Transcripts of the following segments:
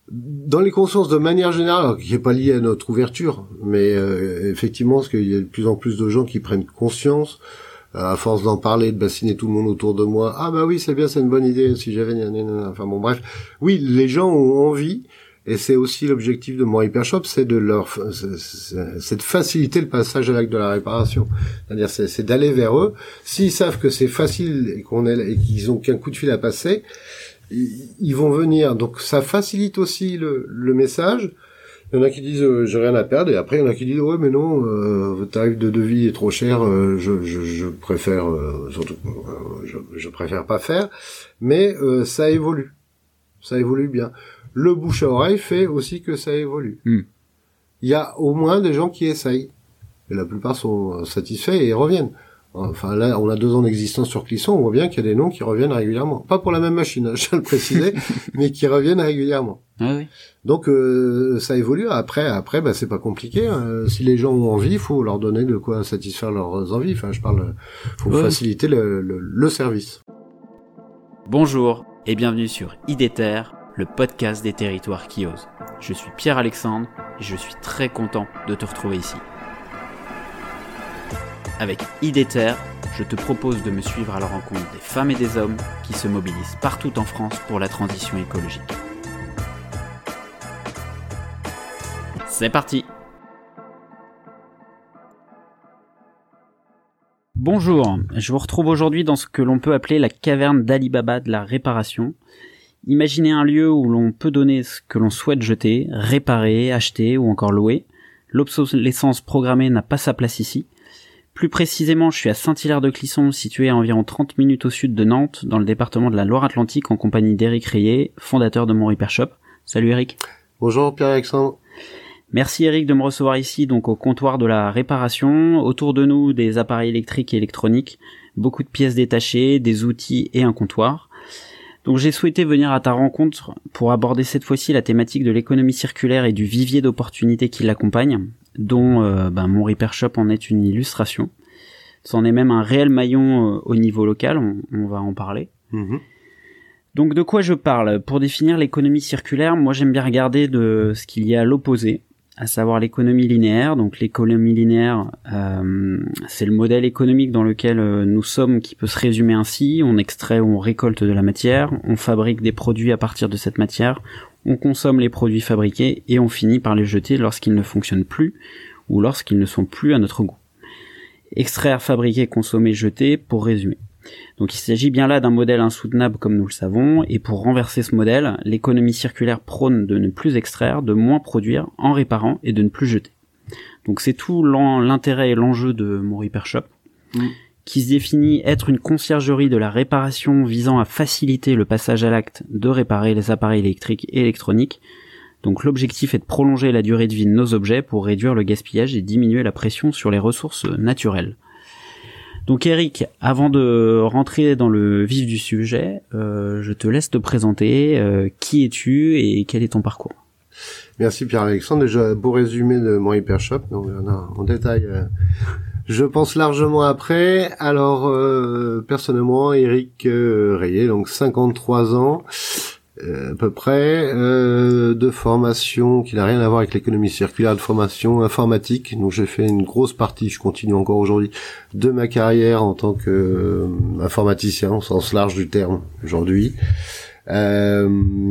Dans les consciences de manière générale, alors, qui n'est pas lié à notre ouverture, mais effectivement, parce qu'il y a de plus en plus de gens qui prennent conscience, à force d'en parler, de bassiner tout le monde autour de moi. Ah bah oui, c'est bien, c'est une bonne idée. Si j'avais, enfin bon, bref, oui, les gens ont envie, et c'est aussi l'objectif de mon Hypershop, c'est de c'est de faciliter le passage à l'acte de la réparation. C'est-à-dire, c'est d'aller vers eux. S'ils savent que c'est facile et qu'ils ont qu'un coup de fil à passer, ils vont venir. Donc ça facilite aussi le message. Il y en a qui disent j'ai rien à perdre, et après il y en a qui disent ouais mais non, votre tarif de devis est trop cher, je préfère surtout je préfère pas faire. Mais ça évolue bien. Le bouche à oreille fait aussi que ça évolue. Il y a au moins des gens qui essayent, et la plupart sont satisfaits et reviennent. Enfin là, on a 2 ans d'existence sur Clisson, on voit bien qu'il y a des noms qui reviennent régulièrement. Pas pour la même machine, je tiens à le préciser, mais qui reviennent régulièrement. Ah oui. Donc ça évolue. Après, bah c'est pas compliqué. Si les gens ont envie, il faut leur donner de quoi satisfaire leurs envies. Enfin, faut faciliter le service. Bonjour et bienvenue sur IDETER, le podcast des territoires qui osent. Je suis Pierre-Alexandre et je suis très content de te retrouver ici. Avec IDETER, je te propose de me suivre à la rencontre des femmes et des hommes qui se mobilisent partout en France pour la transition écologique. C'est parti! Bonjour, je vous retrouve aujourd'hui dans ce que l'on peut appeler la caverne d'Ali Baba de la réparation. Imaginez un lieu où l'on peut donner ce que l'on souhaite jeter, réparer, acheter ou encore louer. L'obsolescence programmée n'a pas sa place ici. Plus précisément, je suis à Saint-Hilaire-de-Clisson, situé à environ 30 minutes au sud de Nantes, dans le département de la Loire-Atlantique, en compagnie d'Éric Rayet, fondateur de mon Hypershop. Salut Eric. Bonjour Pierre-Alexandre. Merci Eric de me recevoir ici, donc au comptoir de la réparation. Autour de nous, des appareils électriques et électroniques, beaucoup de pièces détachées, des outils et un comptoir. Donc j'ai souhaité venir à ta rencontre pour aborder cette fois-ci la thématique de l'économie circulaire et du vivier d'opportunités qui l'accompagne, dont mon Hypershop en est une illustration. C'en est même un réel maillon au niveau local, on va en parler. Donc de quoi je parle? Pour définir l'économie circulaire, moi j'aime bien regarder de ce qu'il y a à l'opposé, à savoir l'économie linéaire. Donc l'économie linéaire, c'est le modèle économique dans lequel nous sommes, qui peut se résumer ainsi: on extrait ou on récolte de la matière, on fabrique des produits à partir de cette matière, on consomme les produits fabriqués et on finit par les jeter lorsqu'ils ne fonctionnent plus ou lorsqu'ils ne sont plus à notre goût. Extraire, fabriquer, consommer, jeter, pour résumer. Donc il s'agit bien là d'un modèle insoutenable comme nous le savons, et pour renverser ce modèle, l'économie circulaire prône de ne plus extraire, de moins produire, en réparant et de ne plus jeter. Donc c'est tout l'intérêt et l'enjeu de mon Hypershop, qui se définit être une conciergerie de la réparation visant à faciliter le passage à l'acte de réparer les appareils électriques et électroniques. Donc l'objectif est de prolonger la durée de vie de nos objets pour réduire le gaspillage et diminuer la pression sur les ressources naturelles. Donc Eric, avant de rentrer dans le vif du sujet, je te laisse te présenter. Qui es-tu et quel est ton parcours? Merci Pierre-Alexandre. Déjà, beau résumé de mon Hypershop. Donc on a en détail, je pense largement après. Alors personnellement, Éric Rayet, donc 53 ans. À peu près, de formation qui n'a rien à voir avec l'économie circulaire, de formation informatique. Donc j'ai fait une grosse partie, je continue encore aujourd'hui, de ma carrière en tant que informaticien au sens large du terme aujourd'hui. 2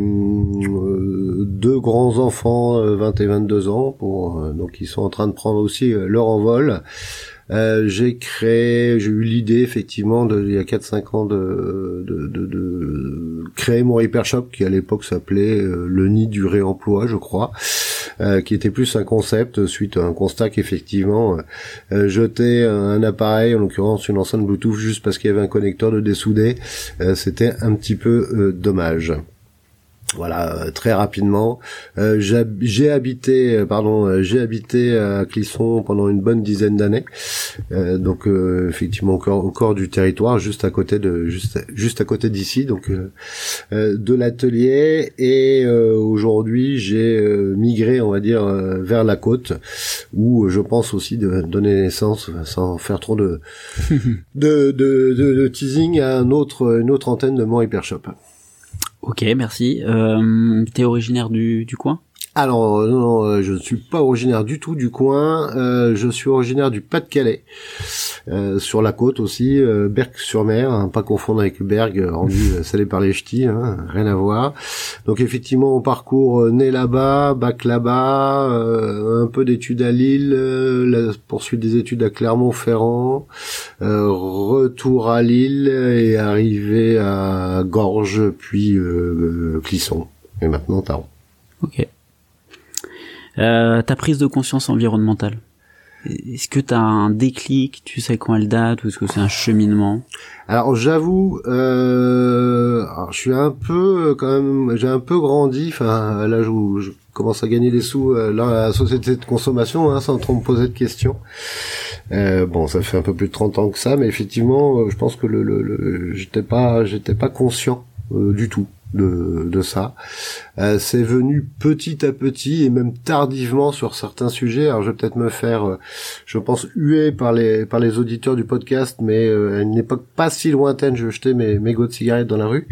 grands enfants, 20 et 22 ans, donc ils sont en train de prendre aussi leur envol. J'ai eu l'idée effectivement il y a 4-5 ans de créer mon Hypershop, qui à l'époque s'appelait le nid du réemploi, je crois, qui était plus un concept suite à un constat qu'effectivement jeter un appareil, en l'occurrence une enceinte Bluetooth, juste parce qu'il y avait un connecteur de dessoudé, c'était un petit peu dommage. Voilà, très rapidement, j'ai habité à Clisson pendant une bonne dizaine d'années, donc effectivement au cœur du territoire, juste à côté d'ici, donc de l'atelier, et aujourd'hui j'ai migré, on va dire, vers la côte, où je pense aussi de donner naissance, sans faire trop de teasing, à une autre antenne de mon Hypershop. Ok, merci. T'es originaire du coin? Alors non, je ne suis pas originaire du tout du coin. Je suis originaire du Pas-de-Calais, sur la côte aussi, Berck-sur-Mer, hein, pas confondre avec Berg, rendu salé par les ch'tis, hein, rien à voir. Donc effectivement, on parcourt né là-bas, bac là-bas, un peu d'études à Lille, la poursuite des études à Clermont-Ferrand, retour à Lille et arrivé à Gorges, puis Clisson, et maintenant Tharon. Ok. Ta prise de conscience environnementale, est-ce que t'as un déclic, tu sais quand elle date, ou est-ce que c'est un cheminement? Alors j'avoue, alors, je suis un peu quand même, j'ai un peu grandi, enfin là je commence à gagner des sous dans la société de consommation, hein, sans trop me poser de questions. Bon, ça fait un peu plus de 30 ans que ça, mais effectivement, je pense que j'étais pas conscient du tout de ça. C'est venu petit à petit et même tardivement sur certains sujets. Alors je vais peut-être me faire, je pense, huer par les auditeurs du podcast, mais à une époque pas si lointaine, je jetais mes mégots de cigarettes dans la rue.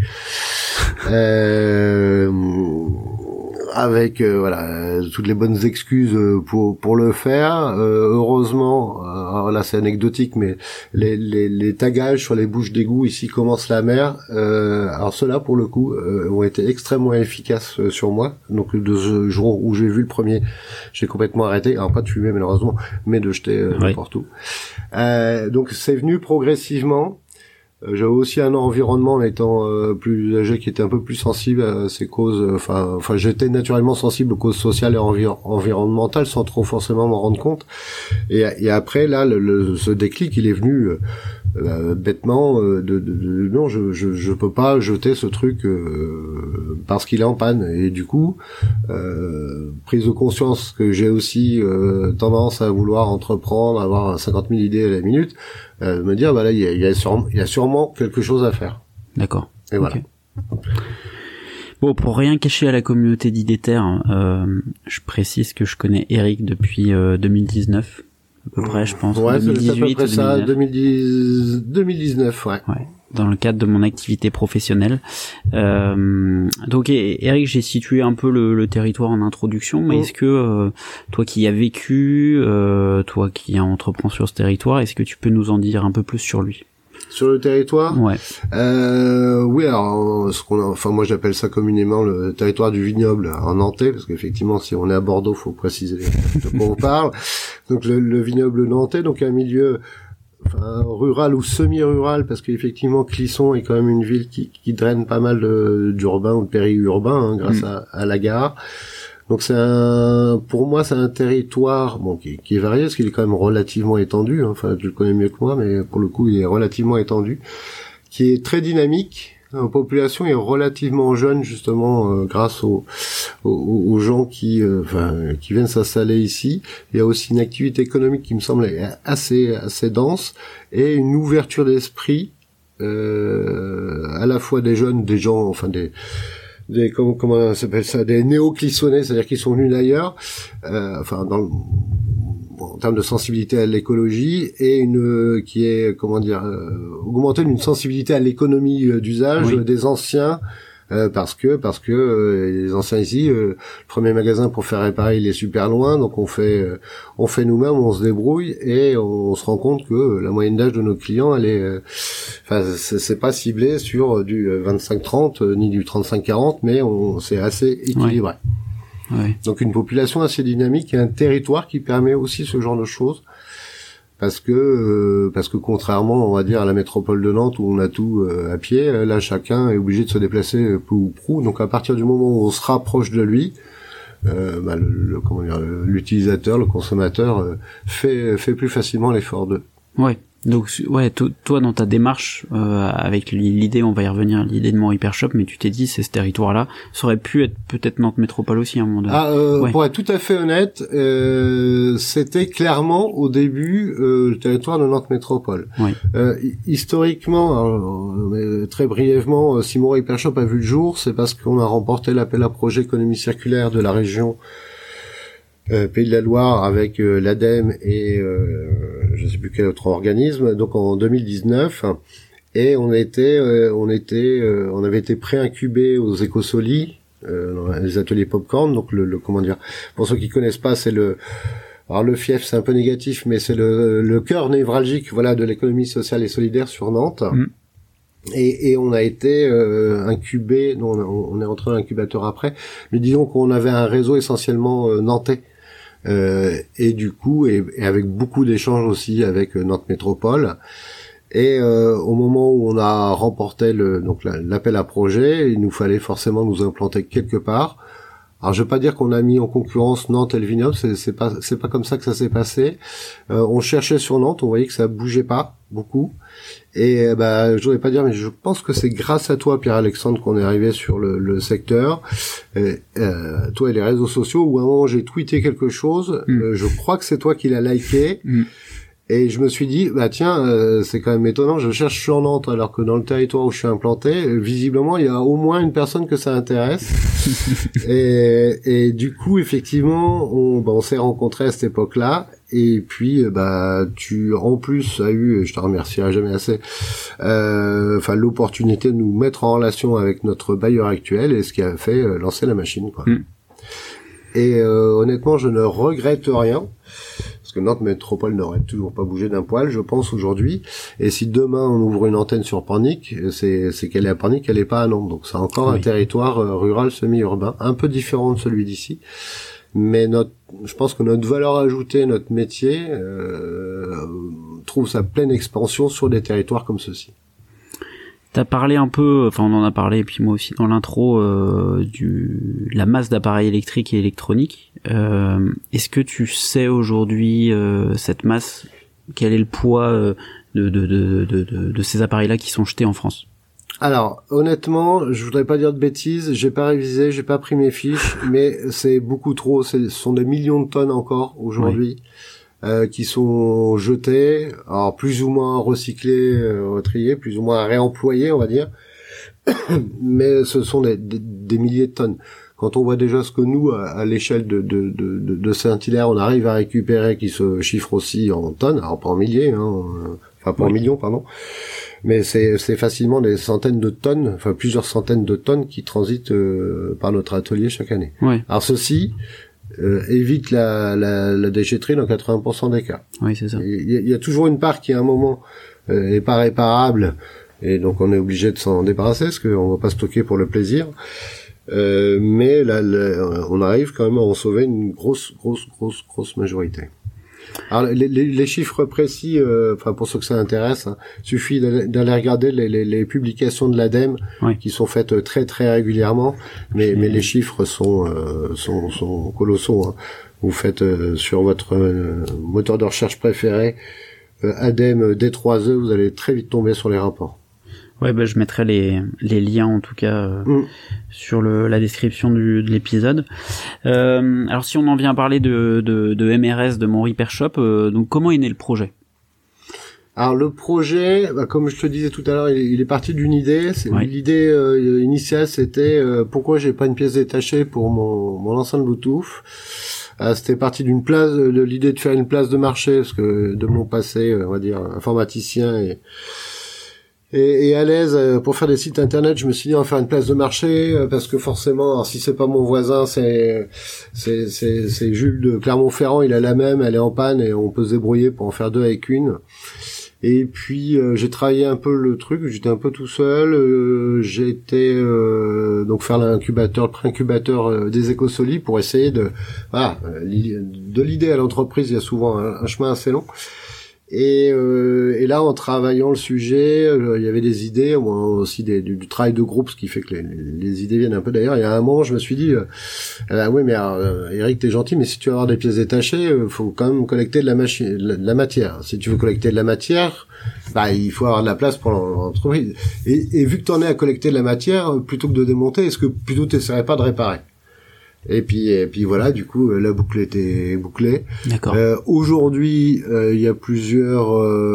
Avec voilà toutes les bonnes excuses pour le faire. Heureusement, alors là c'est anecdotique, mais les tagages sur les bouches d'égout ici commence la mer. Alors ceux-là pour le coup ont été extrêmement efficaces sur moi. Donc de ce jour où j'ai vu le premier, j'ai complètement arrêté. Alors pas de fumer malheureusement, mais de jeter n'importe où. Donc c'est venu progressivement. J'avais aussi un environnement en étant plus âgé qui était un peu plus sensible à ces causes. Enfin, j'étais naturellement sensible aux causes sociales et environnementales sans trop forcément m'en rendre compte. Et après, là, ce déclic, il est venu bêtement non, je peux pas jeter ce truc parce qu'il est en panne. Et du coup, prise de conscience que j'ai aussi tendance à vouloir entreprendre, avoir 50 000 idées à la minute. Me dire bah là il y a sûrement quelque chose à faire. D'accord. Et voilà. Okay. Bon, pour rien cacher à la communauté d'idétaires, je précise que je connais Eric depuis 2019 à peu près, je pense. Ouais, 2018, c'est à peu près 2019. ça, 2019, ouais. Ouais. Dans le cadre de mon activité professionnelle. Donc Eric, j'ai situé un peu le territoire en introduction, mais est-ce que toi qui y as vécu, toi qui entreprends sur ce territoire, est-ce que tu peux nous en dire un peu plus sur lui? Sur le territoire? Ouais. Oui, alors moi j'appelle ça communément le territoire du vignoble en nantais, parce qu'effectivement si on est à Bordeaux, faut préciser de quoi on parle. Donc le vignoble nantais, donc un milieu rural ou semi-rural, parce qu'effectivement Clisson est quand même une ville qui draine pas mal d'urbain ou de périurbain, hein, grâce à la gare. Donc pour moi c'est un territoire qui est varié, parce qu'il est quand même relativement étendu, hein. Enfin tu le connais mieux que moi, mais pour le coup il est relativement étendu, qui est très dynamique. La population est relativement jeune justement grâce aux gens qui viennent s'installer ici. Il y a aussi une activité économique qui me semble assez dense et une ouverture d'esprit à la fois des jeunes, des gens, enfin des comment on s'appelle ça, des néo-clissonnais, c'est-à-dire qu'ils sont venus d'ailleurs, en termes de sensibilité à l'écologie, et qui est augmenter une sensibilité à l'économie d'usage des anciens, parce que les anciens ici, le premier magasin pour faire réparer il est super loin, donc on fait nous-mêmes, on se débrouille et on se rend compte que la moyenne d'âge de nos clients elle est c'est pas ciblé sur du 25-30 ni du 35-40, mais c'est assez équilibré. Ouais. Donc une population assez dynamique et un territoire qui permet aussi ce genre de choses, parce que contrairement, on va dire, à la métropole de Nantes où on a tout à pied, là chacun est obligé de se déplacer peu ou prou. Donc à partir du moment où on se rapproche de lui, l'utilisateur, le consommateur fait plus facilement l'effort de. Ouais. Donc ouais, toi dans ta démarche avec l'idée, on va y revenir, l'idée de mon Hypershop, mais tu t'es dit c'est ce territoire-là, ça aurait pu être peut-être Nantes Métropole aussi à un moment donné. Pour être tout à fait honnête, c'était clairement au début le territoire de Nantes Métropole. Ouais. Historiquement, très brièvement, si mon Hypershop a vu le jour, c'est parce qu'on a remporté l'appel à projet économie circulaire de la région Pays de la Loire avec l'ADEME et je sais plus quel autre organisme, donc en 2019, Et on avait été pré-incubé aux Ecosoli, dans les ateliers Popcorn. Donc comment dire, pour ceux qui connaissent pas, c'est alors le FIEF, c'est un peu négatif, mais c'est le cœur névralgique, voilà, de l'économie sociale et solidaire sur Nantes. Et on a été incubé, non, on est rentré dans l'incubateur après, mais disons qu'on avait un réseau essentiellement nantais, et du coup, et avec beaucoup d'échanges aussi avec Nantes Métropole. Et au moment où on a remporté l'appel à projet, il nous fallait forcément nous implanter quelque part. Alors je veux pas dire qu'on a mis en concurrence Nantes et le vignoble, c'est pas comme ça que ça s'est passé. On cherchait sur Nantes, on voyait que ça bougeait pas beaucoup. Et je voudrais pas dire, mais je pense que c'est grâce à toi, Pierre-Alexandre, qu'on est arrivé sur le secteur. Toi et les réseaux sociaux, où à un moment j'ai tweeté quelque chose, je crois que c'est toi qui l'as liké. Et je me suis dit, tiens, c'est quand même étonnant, je cherche sur Nantes, alors que dans le territoire où je suis implanté, visiblement, il y a au moins une personne que ça intéresse. et du coup, effectivement, on s'est rencontrés à cette époque-là. Et puis, tu, en plus, as eu, et je te remercierai jamais assez, l'opportunité de nous mettre en relation avec notre bailleur actuel, et ce qui a fait lancer la machine, quoi. Et honnêtement, je ne regrette rien. Parce que Nantes Métropole n'aurait toujours pas bougé d'un poil, je pense, aujourd'hui. Et si demain on ouvre une antenne sur Pornic, c'est qu'elle est à Pornic, elle est pas à Nantes. Donc c'est encore un territoire rural semi-urbain, un peu différent de celui d'ici. Mais je pense que notre valeur ajoutée, notre métier, trouve sa pleine expansion sur des territoires comme ceux-ci. T'as parlé un peu, on en a parlé, et puis moi aussi dans l'intro, la masse d'appareils électriques et électroniques. Est-ce que tu sais aujourd'hui cette masse, quel est le poids de ces appareils-là qui sont jetés en France? Alors, honnêtement, je voudrais pas dire de bêtises, j'ai pas révisé, j'ai pas pris mes fiches, mais c'est beaucoup trop, ce sont des millions de tonnes encore aujourd'hui. Qui sont jetés, alors plus ou moins recyclés, retriés, plus ou moins réemployés, on va dire, mais ce sont des milliers de tonnes. Quand on voit déjà ce que nous, à l'échelle de Saint-Hilaire, on arrive à récupérer, qui se chiffre aussi en tonnes, alors pas en milliers, pas en millions, pardon, mais c'est facilement des centaines de tonnes, plusieurs centaines de tonnes qui transitent par notre atelier chaque année. Alors ceci évite la déchetterie dans 80% des cas. Oui, c'est ça. Il y a toujours une part qui à un moment est pas réparable, et donc on est obligé de s'en débarrasser parce qu'on va pas stocker pour le plaisir. Mais là, on arrive quand même à en sauver une grosse majorité. Alors les chiffres précis, pour ceux que ça intéresse, suffit d'aller regarder les publications de l'ADEME qui sont faites très très régulièrement, mais les chiffres sont colossaux. Vous faites sur votre moteur de recherche préféré ADEME D3E, vous allez très vite tomber sur les rapports. Ouais, je mettrai les liens en tout cas sur la description de l'épisode. Alors si on en vient à parler de MRS, de mon Repair Shop, donc comment est né le projet? Alors le projet, comme je te disais tout à l'heure, il est parti d'une idée. L'idée initiale, c'était pourquoi j'ai pas une pièce détachée pour mon enceinte Bluetooth. C'était parti de l'idée de faire une place de marché, parce que de mon passé, on va dire informaticien et à l'aise pour faire des sites internet, je me suis dit on va faire une place de marché parce que forcément, alors si c'est pas mon voisin, c'est Jules de Clermont-Ferrand, il a la même, elle est en panne et on peut se débrouiller pour en faire deux avec une. Et puis j'ai travaillé un peu le truc, j'étais un peu tout seul, j'ai été donc faire le pré-incubateur des Ecosoli pour essayer de l'idée à l'entreprise, il y a souvent un chemin assez long. Et là, en travaillant le sujet, il y avait des idées, moi aussi du travail de groupe, ce qui fait que les idées viennent un peu d'ailleurs. Il y a un moment, je me suis dit, oui, mais Eric, t'es gentil, mais si tu veux avoir des pièces détachées, faut quand même collecter de la matière. Si tu veux collecter de la matière, il faut avoir de la place pour l'entreprise. Et vu que t'en es à collecter de la matière, plutôt que de démonter, est-ce que plutôt t'essaierais pas de réparer? Et puis voilà, du coup, la boucle était bouclée. D'accord. Aujourd'hui, il y a plusieurs,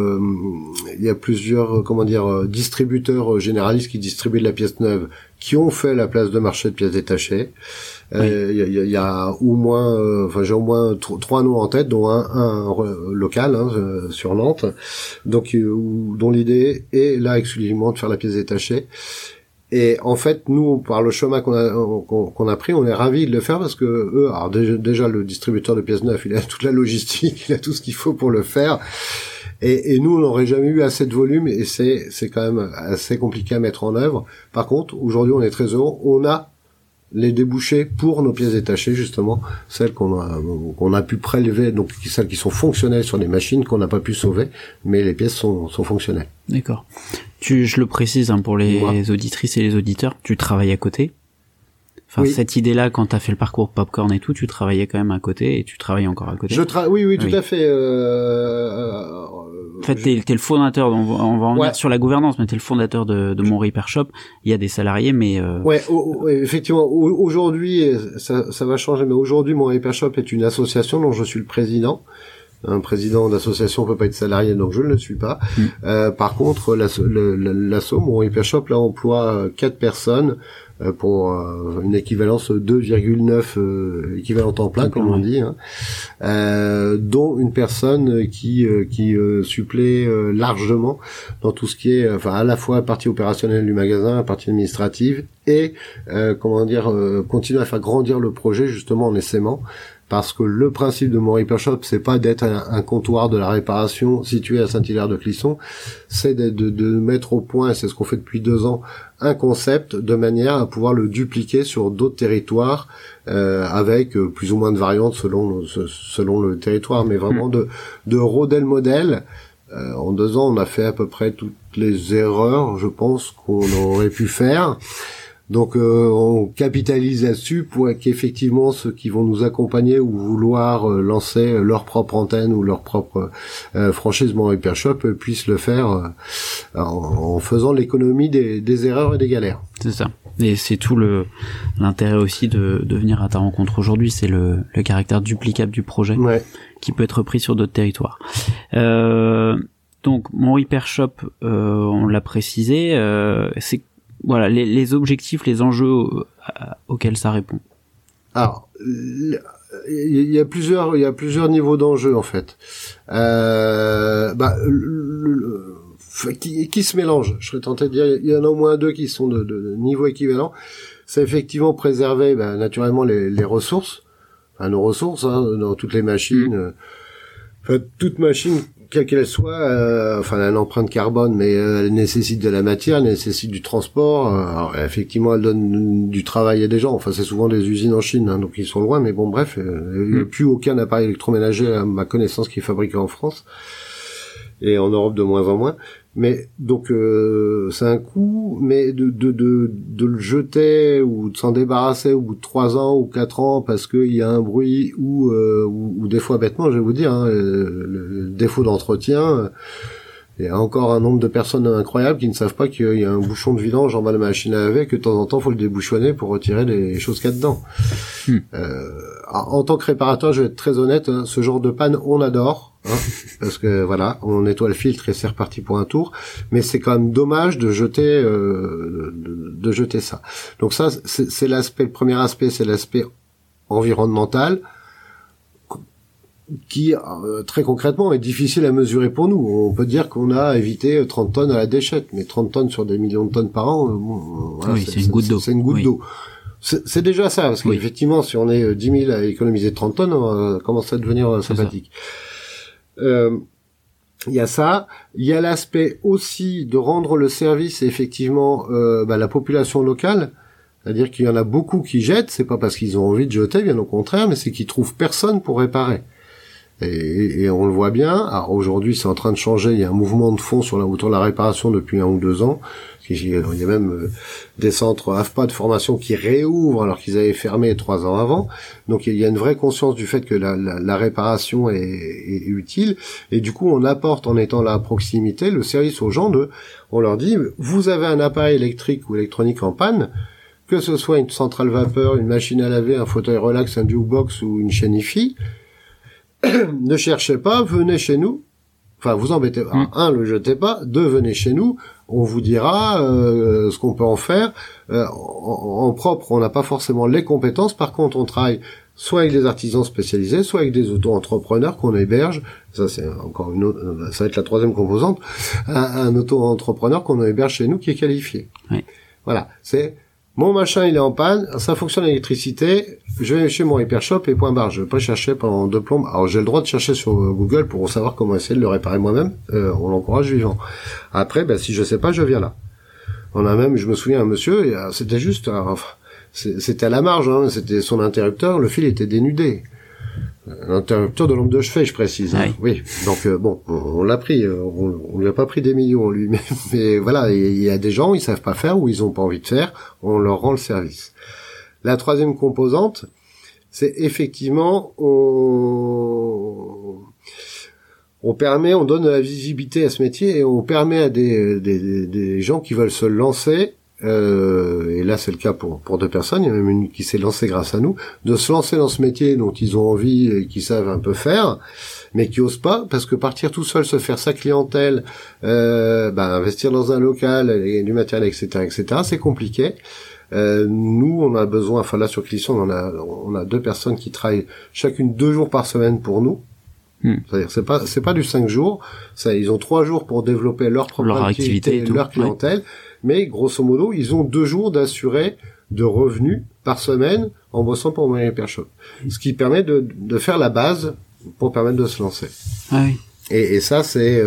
distributeurs généralistes qui distribuent de la pièce neuve, qui ont fait la place de marché de pièces détachées. Il y a au moins, j'ai au moins trois noms en tête, dont un local sur Nantes, donc dont l'idée est là exclusivement de faire la pièce détachée. Et en fait, nous, par le chemin qu'on a pris, on est ravis de le faire parce que eux, alors déjà le distributeur de pièces neuves, il a toute la logistique, il a tout ce qu'il faut pour le faire. Et nous, on n'aurait jamais eu assez de volume et c'est quand même assez compliqué à mettre en œuvre. Par contre, aujourd'hui, on est très heureux. On a les débouchés pour nos pièces détachées, justement, celles qu'on a pu prélever, donc celles qui sont fonctionnelles sur les machines qu'on n'a pas pu sauver, mais les pièces sont fonctionnelles. D'accord. Je le précise pour les auditrices et les auditeurs, tu travailles à côté. Enfin, oui. Cette idée-là, quand t'as fait le parcours Popcorn et tout, tu travaillais quand même à côté et tu travailles encore à côté. Oui, tout à fait. En fait, t'es le fondateur, on va en venir sur la gouvernance, mais t'es le fondateur de Mon Repair Shop. Il y a des salariés, mais... Ouais, effectivement. Aujourd'hui, ça va changer, mais aujourd'hui, Mon Repair Shop est une association dont je suis le président. Un président d'association peut pas être salarié, donc je ne le suis pas. Par contre, l'asso, Mon Repair Shop, là, emploie 4 personnes pour une équivalence 2,9 équivalent temps plein, comme on dit, dont une personne qui supplée largement dans tout ce qui est, à la fois partie opérationnelle du magasin, partie administrative, et continuer à faire grandir le projet justement en essaimant. Parce que le principe de Mon Repair Shop, c'est pas d'être un comptoir de la réparation situé à Saint-Hilaire-de-Clisson, c'est de mettre au point, et c'est ce qu'on fait depuis 2 ans, un concept de manière à pouvoir le dupliquer sur d'autres territoires, avec plus ou moins de variantes selon le territoire, mais vraiment de roder le modèle. En 2 ans, on a fait à peu près toutes les erreurs, je pense, qu'on aurait pu faire. Donc on capitalise là-dessus pour qu'effectivement ceux qui vont nous accompagner ou vouloir lancer leur propre antenne ou leur propre franchise Mon Repair Shop puissent le faire en faisant l'économie des erreurs et des galères. C'est ça. Et c'est tout l'intérêt aussi de venir à ta rencontre aujourd'hui, c'est le caractère duplicable du projet qui peut être repris sur d'autres territoires. Donc Mon Repair Shop, on l'a précisé, c'est voilà, les objectifs, les enjeux auxquels ça répond. Alors, il y a plusieurs niveaux d'enjeux en fait. Qui se mélangent. Je serais tenté de dire, il y en a au moins 2 qui sont de niveau équivalent. C'est effectivement préserver, naturellement les ressources, nos ressources, dans toutes les machines. Toute machine, quelle qu'elle soit, elle a une empreinte carbone, mais elle nécessite de la matière, elle nécessite du transport. Alors, effectivement, elle donne du travail à des gens. Enfin, c'est souvent des usines en Chine, donc ils sont loin. Mais bon, bref, il n'y a plus aucun appareil électroménager à ma connaissance qui est fabriqué en France et en Europe de moins en moins. Mais donc c'est un coût, mais de le jeter ou de s'en débarrasser au bout de 3 ans ou 4 ans parce qu'il y a un bruit ou des fois bêtement, je vais vous dire, le défaut d'entretien. Il y a encore un nombre de personnes incroyables qui ne savent pas qu'il y a un bouchon de vidange en bas de la machine à laver, que de temps en temps faut le débouchonner pour retirer les choses qu'il y a dedans. En tant que réparateur, je vais être très honnête, ce genre de panne on adore. Parce que voilà, on nettoie le filtre et c'est reparti pour un tour, mais c'est quand même dommage de jeter ça. Donc ça, c'est le premier aspect, c'est l'aspect environnemental qui très concrètement est difficile à mesurer pour nous. On peut dire qu'on a évité 30 tonnes à la déchette, mais 30 tonnes sur des millions de tonnes par an, c'est une goutte d'eau. C'est une goutte d'eau. C'est déjà ça, parce qu'effectivement, si on est 10 000 à économiser 30 tonnes, on commence à devenir sympathique. Il y a ça, il y a l'aspect aussi de rendre le service effectivement la population locale, c'est-à-dire qu'il y en a beaucoup qui jettent, c'est pas parce qu'ils ont envie de jeter, bien au contraire, mais c'est qu'ils trouvent personne pour réparer. Et on le voit bien. Alors aujourd'hui, c'est en train de changer. Il y a un mouvement de fond autour de la réparation depuis 1 ou 2 ans. Il y a même des centres AFPA de formation qui réouvrent alors qu'ils avaient fermé 3 ans avant. Donc il y a une vraie conscience du fait que la réparation est utile. Et du coup, on apporte, en étant là à proximité, le service aux gens on leur dit, vous avez un appareil électrique ou électronique en panne, que ce soit une centrale vapeur, une machine à laver, un fauteuil relax, un jukebox ou une chaîne hi-fi, ne cherchez pas, venez chez nous. Enfin, vous embêtez pas. Un, le jetez pas. Deux, venez chez nous. On vous dira ce qu'on peut en faire. En propre, on n'a pas forcément les compétences. Par contre, on travaille soit avec des artisans spécialisés, soit avec des auto-entrepreneurs qu'on héberge. Ça, c'est encore une autre. Ça va être la troisième composante. Un auto-entrepreneur qu'on héberge chez nous qui est qualifié. Oui. Voilà. C'est mon machin, il est en panne. Ça fonctionne à l'électricité. Je vais chez mon Hypershop et point barre. Je vais pas chercher pendant 2 plombes. Alors, j'ai le droit de chercher sur Google pour savoir comment essayer de le réparer moi-même. On l'encourage vivant. Après, si je sais pas, je viens là. On a même, je me souviens, un monsieur, c'était juste, c'était à la marge, hein, c'était son interrupteur, le fil était dénudé. L'interrupteur de lampe de chevet, je précise. Hein. Oui. Donc on l'a pris. On lui a pas pris des millions lui, mais voilà, il y a des gens, ils savent pas faire ou ils ont pas envie de faire. On leur rend le service. La troisième composante, c'est effectivement on donne de la visibilité à ce métier et on permet à des gens qui veulent se lancer. Et là c'est le cas pour 2 personnes, il y en a même une qui s'est lancée grâce à nous, de se lancer dans ce métier dont ils ont envie et qui savent un peu faire, mais qui osent pas, parce que partir tout seul, se faire sa clientèle, investir dans un local, et du matériel, etc., c'est compliqué. Nous, on a besoin, enfin là sur Clisson, on a 2 personnes qui travaillent chacune 2 jours par semaine pour nous. C'est-à-dire c'est pas du 5 jours, ils ont 3 jours pour développer leur propre activité et leur clientèle. Ouais. Mais grosso modo, ils ont 2 jours d'assuré de revenus par semaine en bossant pour mon Hypershop. Ce qui permet de faire la base pour permettre de se lancer. Ah oui. Et ça, c'est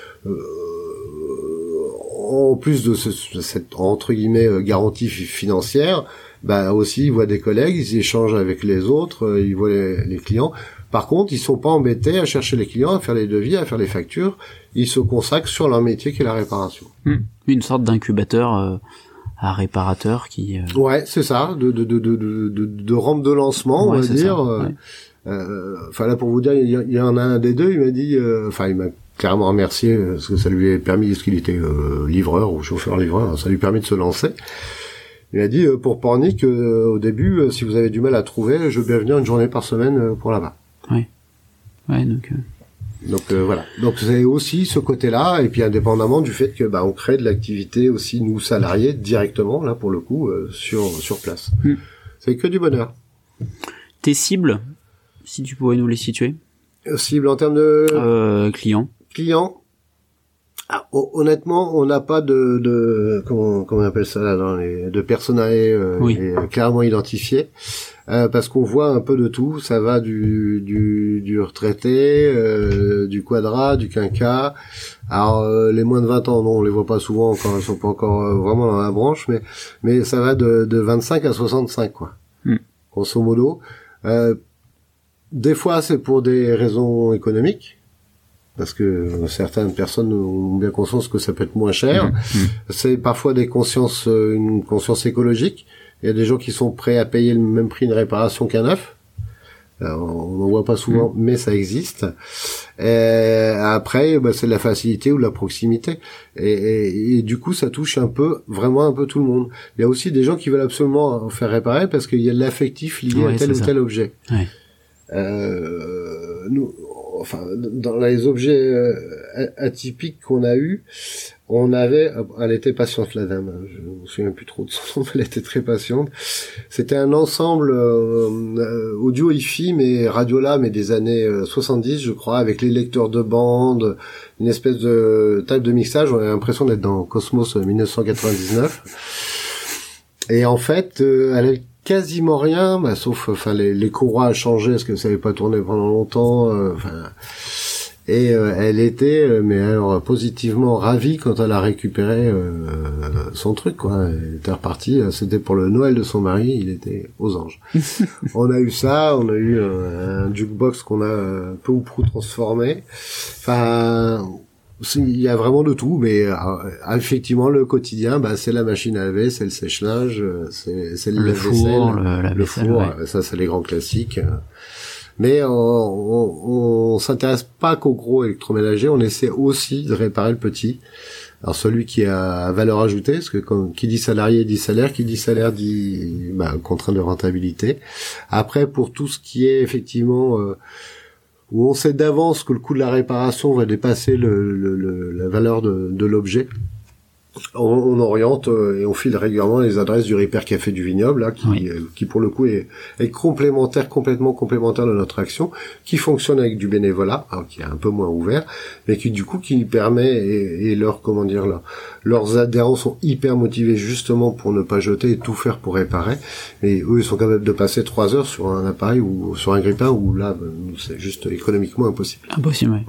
en plus de cette entre guillemets garantie financière, aussi ils voient des collègues, ils échangent avec les autres, ils voient les clients. Par contre, ils sont pas embêtés à chercher les clients, à faire les devis, à faire les factures. Ils se consacrent sur leur métier qui est la réparation. Une sorte d'incubateur à réparateur qui. Ouais, c'est ça, de rampe de lancement, on va dire. Là, pour vous dire, il y en a un des deux, il m'a dit, il m'a clairement remercié parce que ça lui a permis, parce qu'il était livreur ou chauffeur-livreur, ça lui a permis de se lancer. Il a dit pour Pornic, au début, si vous avez du mal à trouver, je veux bien venir une journée par semaine pour là-bas. Oui. Ouais, donc voilà. Donc c'est aussi ce côté-là, et puis indépendamment du fait que on crée de l'activité aussi nous salariés directement là pour le coup sur place. C'est que du bonheur. Tes cibles, si tu pouvais nous les situer. Cibles en termes de clients. Honnêtement, on n'a pas de comment on appelle ça là de personnalité clairement identifié. Parce qu'on voit un peu de tout, ça va du retraité, du quadra, du quinca. Alors les moins de 20 ans, non, on les voit pas souvent quand ils sont pas encore vraiment dans la branche, mais ça va de 25 à 65 quoi. Grosso modo. Des fois c'est pour des raisons économiques. Parce que certaines personnes ont bien conscience que ça peut être moins cher. C'est parfois une conscience écologique. Il y a des gens qui sont prêts à payer le même prix de réparation qu'un neuf. Alors, on n'en voit pas souvent, mais ça existe. Et après, c'est de la facilité ou de la proximité. Et du coup, ça touche vraiment un peu tout le monde. Il y a aussi des gens qui veulent absolument faire réparer parce qu'il y a de l'affectif lié à tel ou tel objet. Ouais. Dans les objets atypiques qu'on a eus, elle était patiente la dame, je me souviens plus trop de son nom, elle était très patiente. C'était un ensemble audio hi-fi mais Radiola mais des années 70 je crois, avec les lecteurs de bande, une espèce de table de mixage, on a l'impression d'être dans Cosmos 1999. Et en fait, elle avait quasiment rien, sauf les courroies à changer parce que ça n'avait pas tourné pendant longtemps. Elle était positivement ravie quand elle a récupéré son truc quoi. Elle était repartie, c'était pour le Noël de son mari, il était aux anges. On a eu ça, on a eu un jukebox qu'on a peu ou prou transformé. Il y a vraiment de tout, mais effectivement le quotidien, c'est la machine à laver, c'est le sèche-linge, c'est le lave-vaisselle, le four, ça c'est les grands classiques. Mais on s'intéresse pas qu'au gros électroménager, on essaie aussi de réparer le petit. Alors celui qui a valeur ajoutée, parce que qui dit salarié dit salaire, qui dit salaire dit contrainte de rentabilité. Après, pour tout ce qui est effectivement où on sait d'avance que le coût de la réparation va dépasser la valeur de l'objet, on oriente et on file régulièrement les adresses du Repair Café du Vignoble, là, qui pour le coup est complètement complémentaire de notre action, qui fonctionne avec du bénévolat, alors qui est un peu moins ouvert, mais qui permet et leurs adhérents sont hyper motivés justement pour ne pas jeter et tout faire pour réparer. Et eux, ils sont capables de passer 3 heures sur un appareil ou sur un grille-pain où là, c'est juste économiquement impossible. Impossible,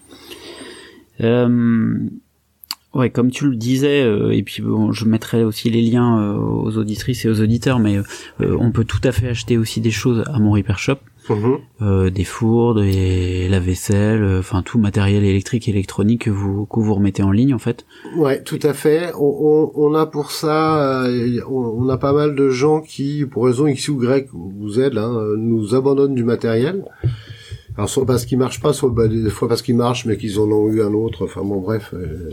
oui. Ouais, comme tu le disais, et puis bon, je mettrai aussi les liens aux auditrices et aux auditeurs, mais on peut tout à fait acheter aussi des choses à mon Repair Shop, des fours, des lave-vaisselle, enfin tout matériel électrique et électronique que vous remettez en ligne en fait. Ouais, tout à fait. On a pour ça, on a pas mal de gens qui, pour raison X ou Y ou Z, nous abandonnent du matériel. Alors soit parce qu'il marche pas, soit des fois parce qu'il marche mais qu'ils en ont eu un autre. Enfin bon, bref.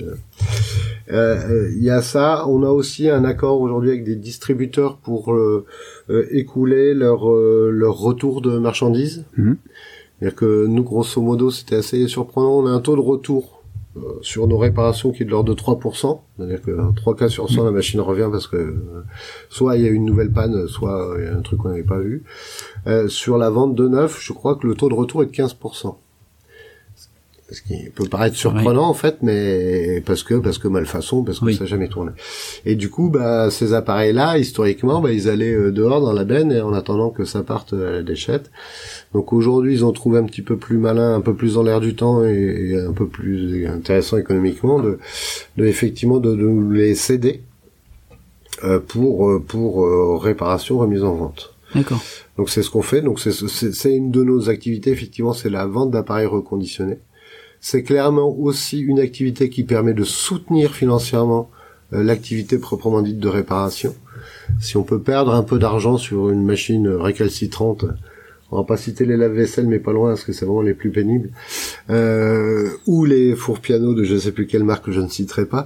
Il y a ça. On a aussi un accord aujourd'hui avec des distributeurs pour écouler leur retour de marchandises. C'est-à-dire que nous, grosso modo, c'était assez surprenant. On a un taux de retour sur nos réparations qui est de l'ordre de 3%. C'est-à-dire que 3 cas sur 100, la machine revient parce que soit il y a une nouvelle panne, soit il y a un truc qu'on n'avait pas vu. Sur la vente de neuf, je crois que le taux de retour est de 15%. Ce qui peut paraître surprenant en fait, mais parce que malfaçon, parce que ça n'a jamais tourné. Et du coup, ces appareils-là, historiquement, ils allaient dehors dans la benne et en attendant que ça parte à la déchette. Donc aujourd'hui, ils ont trouvé un petit peu plus malin, un peu plus dans l'air du temps et un peu plus intéressant économiquement de nous les céder pour réparation, remise en vente. D'accord. Donc c'est ce qu'on fait. Donc c'est une de nos activités. Effectivement, c'est la vente d'appareils reconditionnés. C'est clairement aussi une activité qui permet de soutenir financièrement l'activité proprement dite de réparation. Si on peut perdre un peu d'argent sur une machine récalcitrante, on va pas citer les lave-vaisselle, mais pas loin, parce que c'est vraiment les plus pénibles, ou les fours pianos de je sais plus quelle marque que je ne citerai pas,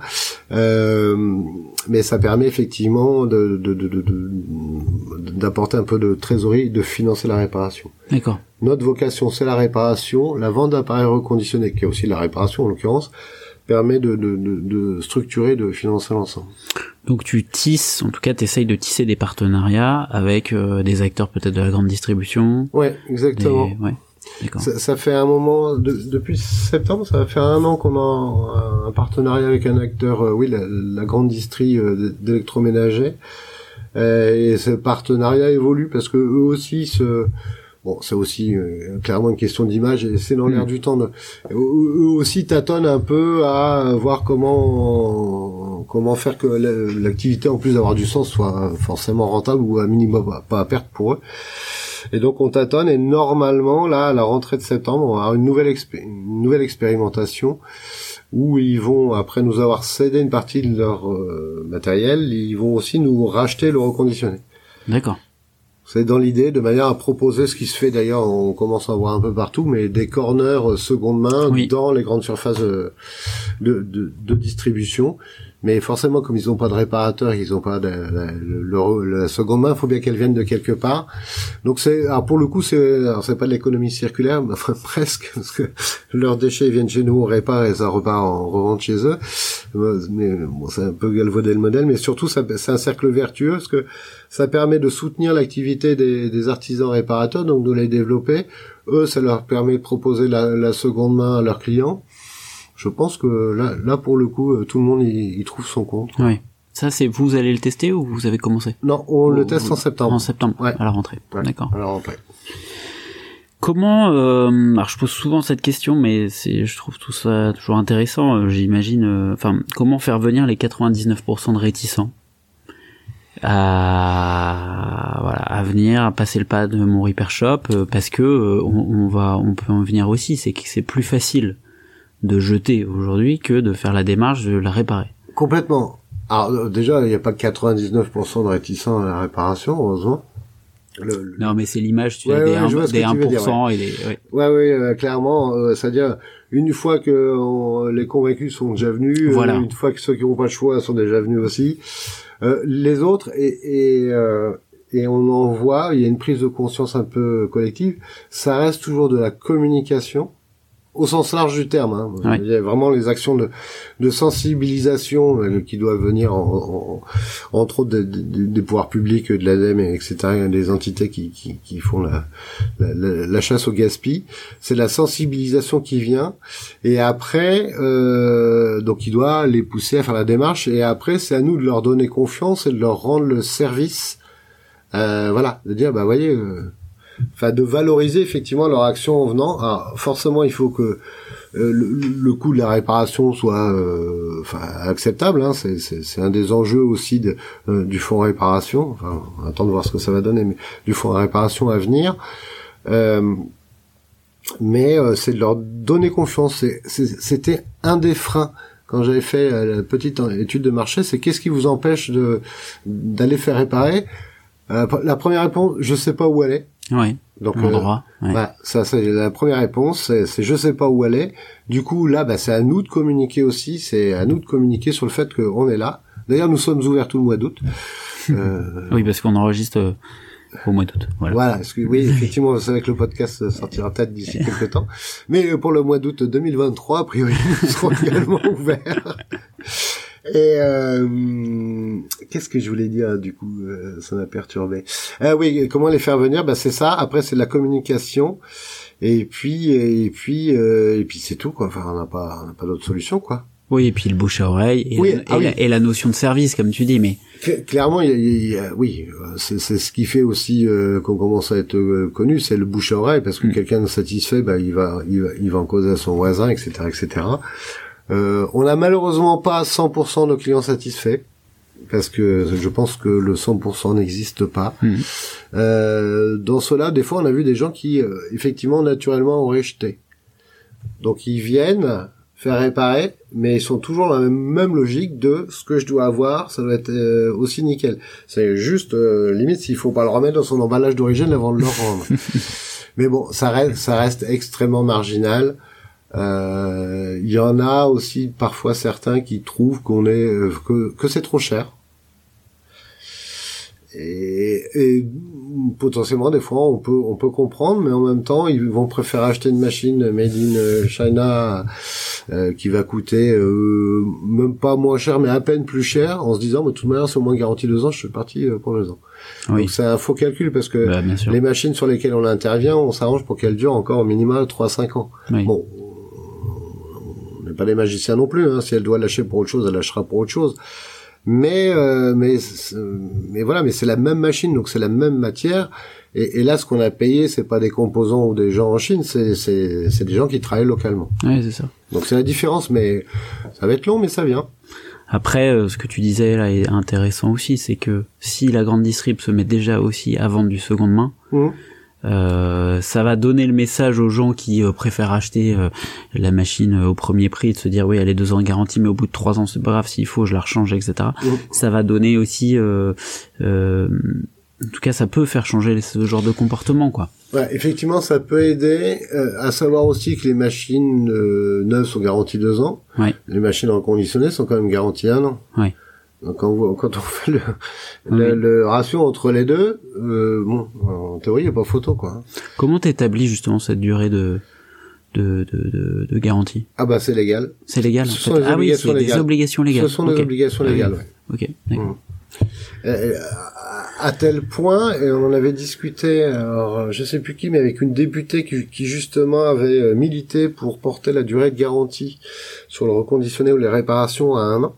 mais ça permet effectivement d'apporter un peu de trésorerie, de financer la réparation. D'accord. Notre vocation, c'est la réparation. La vente d'appareils reconditionnés, qui est aussi la réparation en l'occurrence, permet de structurer, de financer l'ensemble. Donc tu tisses, en tout cas t'essayes de tisser des partenariats avec des acteurs peut-être de la grande distribution. Ouais, exactement. D'accord. Ça fait un moment, depuis septembre, ça va faire 1 an qu'on a un partenariat avec un acteur, la grande distrie d'électroménager. Et ce partenariat évolue parce que eux aussi c'est aussi clairement une question d'image et c'est dans l'air du temps. Eux aussi tâtonnent un peu à voir comment faire que l'activité, en plus d'avoir du sens, soit forcément rentable ou à minimum pas à perte pour eux. Et donc on tâtonne et normalement là à la rentrée de septembre on va avoir une nouvelle expérimentation où ils vont, après nous avoir cédé une partie de leur matériel, ils vont aussi nous racheter le reconditionné. D'accord. C'est dans l'idée, de manière à proposer ce qui se fait d'ailleurs, on commence à en voir un peu partout, mais des corners seconde main dans les grandes surfaces de distribution. Mais forcément, comme ils n'ont pas de réparateur, ils n'ont pas la seconde main, il faut bien qu'elle vienne de quelque part. Donc pour le coup, c'est pas de l'économie circulaire, mais enfin presque, parce que leurs déchets viennent chez nous, on répare et ça repart en revente chez eux. Mais bon, c'est un peu galvaudé le modèle, mais surtout c'est un cercle vertueux, parce que ça permet de soutenir l'activité des artisans réparateurs, donc de les développer. Eux, ça leur permet de proposer la seconde main à leurs clients. Je pense que là pour le coup, tout le monde y trouve son compte. Oui. Ça, vous allez le tester ou vous avez commencé? Non, on le teste en septembre. En septembre, à la rentrée. Ouais, d'accord. À la rentrée. Comment, alors je pose souvent cette question, mais je trouve tout ça toujours intéressant. J'imagine, comment faire venir les 99% de réticents à venir, à passer le pas de mon Repair Shop, parce que on peut en venir aussi. C'est que c'est plus facile de jeter aujourd'hui que de faire la démarche de la réparer. Complètement. Alors déjà, il n'y a pas 99% de réticents à la réparation, heureusement. Non, mais c'est l'image, tu as des 1% et des... Ouais, clairement, c'est-à-dire, une fois que les convaincus sont déjà venus, une fois que ceux qui n'ont pas le choix sont déjà venus aussi, les autres, et on en voit, il y a une prise de conscience un peu collective, ça reste toujours de la communication, au sens large du terme, hein. Ouais. Il y a vraiment les actions de sensibilisation qui doivent venir entre autres des pouvoirs publics, de l'ADEME, etc., des entités qui font la chasse au gaspille. C'est la sensibilisation qui vient, et après donc il doit les pousser à faire la démarche, et après c'est à nous de leur donner confiance et de leur rendre le service, de dire voyez, de valoriser effectivement leur action en venant. Alors, forcément, il faut que le coût de la réparation soit acceptable, hein. C'est un des enjeux aussi du fonds réparation. Enfin, on attend de voir ce que ça va donner, mais du fonds de réparation à venir. Mais c'est de leur donner confiance. C'était un des freins quand j'avais fait la petite étude de marché. C'est qu'est-ce qui vous empêche d'aller faire réparer? La première réponse, je sais pas où elle est. Ouais. Donc ça c'est la première réponse, c'est je sais pas où elle est. Du coup là c'est à nous de communiquer aussi, c'est à nous de communiquer sur le fait qu'on est là. D'ailleurs nous sommes ouverts tout le mois d'août. Oui, parce qu'on enregistre au mois d'août. Voilà, oui, effectivement, vous savez que le podcast sortira peut-être d'ici quelques temps. Mais pour le mois d'août 2023, a priori, nous serons également ouverts. Et qu'est-ce que je voulais dire du coup, ça m'a perturbé. Oui, comment les faire venir? C'est ça. Après c'est de la communication. Et puis c'est tout quoi. Enfin on n'a pas d'autre solution quoi. Oui, et puis le bouche à oreille et la notion de service comme tu dis, mais clairement c'est ce qui fait aussi qu'on commence à être connu, c'est le bouche à oreille, parce que quelqu'un de satisfait, il va en causer à son voisin, etc., etc. On n'a malheureusement pas 100% de clients satisfaits, parce que je pense que le 100% n'existe pas. Dans cela, des fois, on a vu des gens qui, effectivement, naturellement, auraient jeté. Donc, ils viennent faire réparer, mais ils sont toujours dans la même logique de ce que je dois avoir, ça doit être aussi nickel. C'est juste, limite, s'il faut pas le remettre dans son emballage d'origine avant de le rendre. Mais bon, ça reste extrêmement marginal. Il y en a aussi parfois certains qui trouvent qu'on est que c'est trop cher, et potentiellement des fois on peut comprendre, mais en même temps ils vont préférer acheter une machine made in China qui va coûter même pas moins cher mais à peine plus cher, en se disant de toute manière c'est au moins garanti 2 ans, je suis parti pour 2 ans. Oui. Donc c'est un faux calcul, parce que les machines sur lesquelles on intervient, on s'arrange pour qu'elles durent encore au minimum 3-5 ans. Oui. Bon, on n'est pas des magiciens non plus, hein. Si elle doit lâcher pour autre chose, elle lâchera pour autre chose. Mais voilà, mais c'est la même machine, donc c'est la même matière. Et là, ce qu'on a payé, c'est pas des composants ou des gens en Chine, c'est des gens qui travaillent localement. Ouais, c'est ça. Donc c'est la différence, mais ça va être long, mais ça vient. Après, ce que tu disais là est intéressant aussi, c'est que si la grande distrib se met déjà aussi à vendre du seconde main, ça va donner le message aux gens qui préfèrent acheter la machine au premier prix, de se dire oui, elle est 2 ans de garantie, mais au bout de 3 ans c'est pas grave, s'il faut je la rechange, etc. Ça va donner aussi en tout cas ça peut faire changer ce genre de comportement quoi. Ouais, effectivement ça peut aider, à savoir aussi que les machines neuves sont garanties 2 ans. Ouais. Les machines reconditionnées sont quand même garanties 1 an. Ouais. Donc quand on fait le ratio entre les deux, en théorie il n'y a pas photo quoi. Comment t'établis justement cette durée de garantie? C'est légal. C'est légal. Ce sont des obligations légales. Des obligations légales. Ce sont des obligations légales. Ouais. Ok. D'accord. À tel point, et on en avait discuté, alors je sais plus qui, mais avec une députée qui justement avait milité pour porter la durée de garantie sur le reconditionné ou les réparations à 1 an.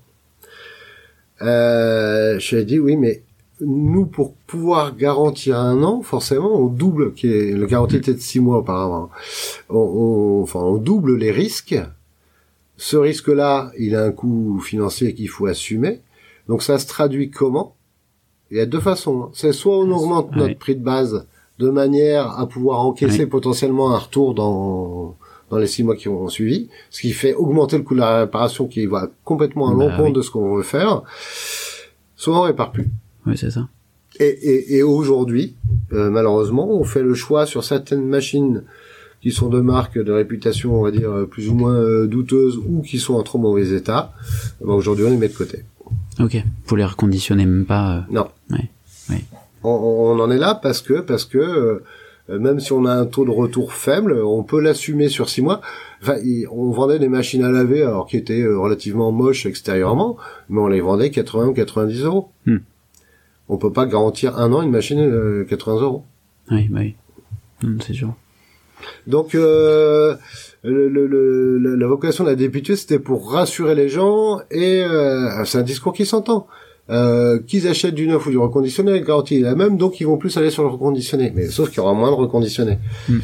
Je lui ai dit oui, mais nous, pour pouvoir garantir 1 an, forcément on double, la garantie était de 6 mois auparavant, on double les risques. Ce risque-là, il a un coût financier qu'il faut assumer. Donc ça se traduit comment? Il y a 2 façons. C'est soit on augmente notre prix de base de manière à pouvoir encaisser potentiellement un retour dans les 6 mois qui ont suivi, ce qui fait augmenter le coût de la réparation qui va complètement à l'encontre de ce qu'on veut faire. Soit on répare plus. Oui, c'est ça. Et aujourd'hui, malheureusement, on fait le choix sur certaines machines qui sont de marques de réputation, on va dire, plus ou moins douteuses ou qui sont en trop mauvais état. Aujourd'hui, on les met de côté. Ok, faut les reconditionner même pas. Non. Ouais. Ouais. On en est là parce que même si on a un taux de retour faible, on peut l'assumer sur 6 mois. Enfin, on vendait des machines à laver alors qui étaient relativement moches extérieurement, mais on les vendait 80 ou 90 euros. On peut pas garantir 1 an une machine 80 euros. Oui, bah oui. C'est sûr. Donc la vocation de la députée, c'était pour rassurer les gens et c'est un discours qui s'entend. Qu'ils achètent du neuf ou du reconditionné, la garantie est la même, donc ils vont plus aller sur le reconditionné. Mais sauf qu'il y aura moins de reconditionné.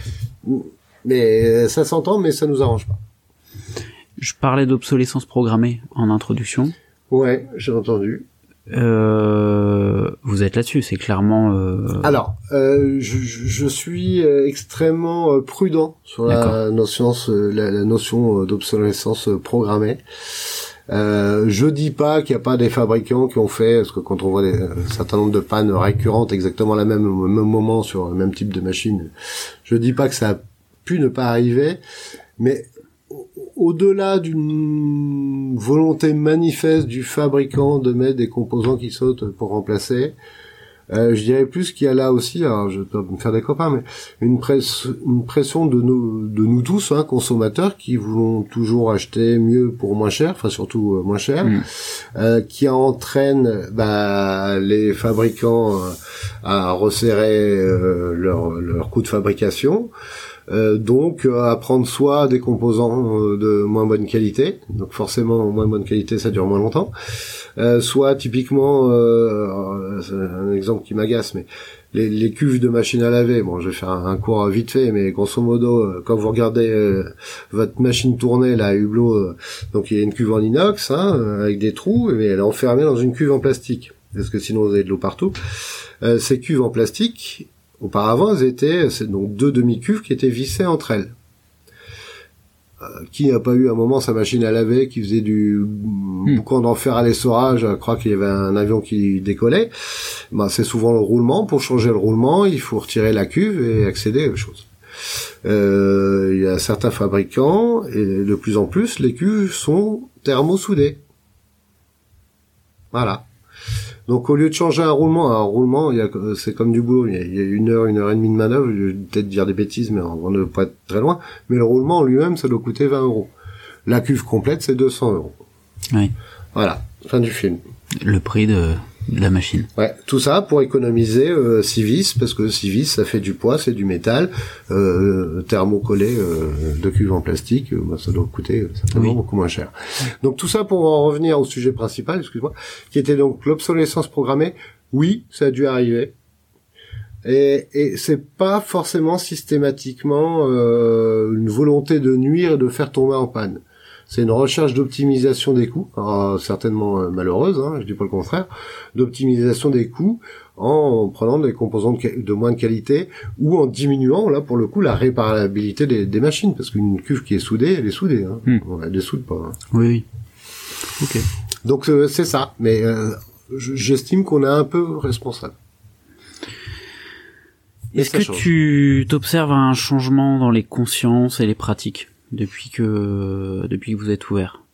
Mais ça s'entend, mais ça nous arrange pas. Je parlais d'obsolescence programmée en introduction. Ouais, j'ai entendu. Vous êtes là-dessus, c'est clairement. Alors, je suis extrêmement prudent sur la notion d'obsolescence programmée. Je dis pas qu'il n'y a pas des fabricants qui ont fait, parce que quand on voit un certain nombre de pannes récurrentes exactement au même moment sur le même type de machine, je dis pas que ça a pu ne pas arriver, mais au-delà d'une volonté manifeste du fabricant de mettre des composants qui sautent pour remplacer, je dirais plus qu'il y a là aussi, alors je peux me faire des copains, mais une pression de nous tous, consommateurs, qui voulons toujours acheter mieux pour moins cher, enfin surtout moins cher, qui entraîne les fabricants à resserrer leur coût de fabrication. Donc à prendre soit des composants de moins bonne qualité, donc forcément moins bonne qualité ça dure moins longtemps, soit typiquement c'est un exemple qui m'agace, mais les cuves de machine à laver, bon je vais faire un cours vite fait, mais grosso modo quand vous regardez votre machine tourner là à hublot, donc il y a une cuve en inox avec des trous, mais elle est enfermée dans une cuve en plastique, parce que sinon vous avez de l'eau partout. Ces cuves en plastique, auparavant, c'est donc 2 demi-cuves qui étaient vissées entre elles. Qui n'a pas eu à un moment sa machine à laver qui faisait du boucan d'enfer à l'essorage, je crois qu'il y avait un avion qui décollait. C'est souvent le roulement. Pour changer le roulement, il faut retirer la cuve et accéder aux choses. Il y a certains fabricants, et de plus en plus, les cuves sont thermosoudées. Voilà. Donc au lieu de changer un roulement, c'est comme du boulot, il y a 1 heure, 1 heure et demie de manœuvre, je vais peut-être dire des bêtises, mais on ne va pas être très loin, mais le roulement en lui-même, ça doit coûter 20 euros. La cuve complète, c'est 200 euros. Oui. Voilà, fin du film. Le prix de la machine. Ouais, tout ça pour économiser 6 vis, parce que 6 vis, ça fait du poids, c'est du métal, thermocollé de cuve en plastique, ça doit coûter certainement beaucoup moins cher. Donc tout ça pour en revenir au sujet principal, excuse-moi, qui était donc l'obsolescence programmée. Oui, ça a dû arriver. Et c'est pas forcément systématiquement une volonté de nuire et de faire tomber en panne. C'est une recherche d'optimisation des coûts, certainement malheureuse, je dis pas le contraire, d'optimisation des coûts en prenant des composants de moins de qualité ou en diminuant, là pour le coup, la réparabilité des machines, parce qu'une cuve qui est soudée, elle est soudée, on la dessoude pas. Oui. Ok. Donc c'est ça, mais j'estime qu'on est un peu responsable. Est-ce que tu t'observes un changement dans les consciences et les pratiques depuis que vous êtes ouvert?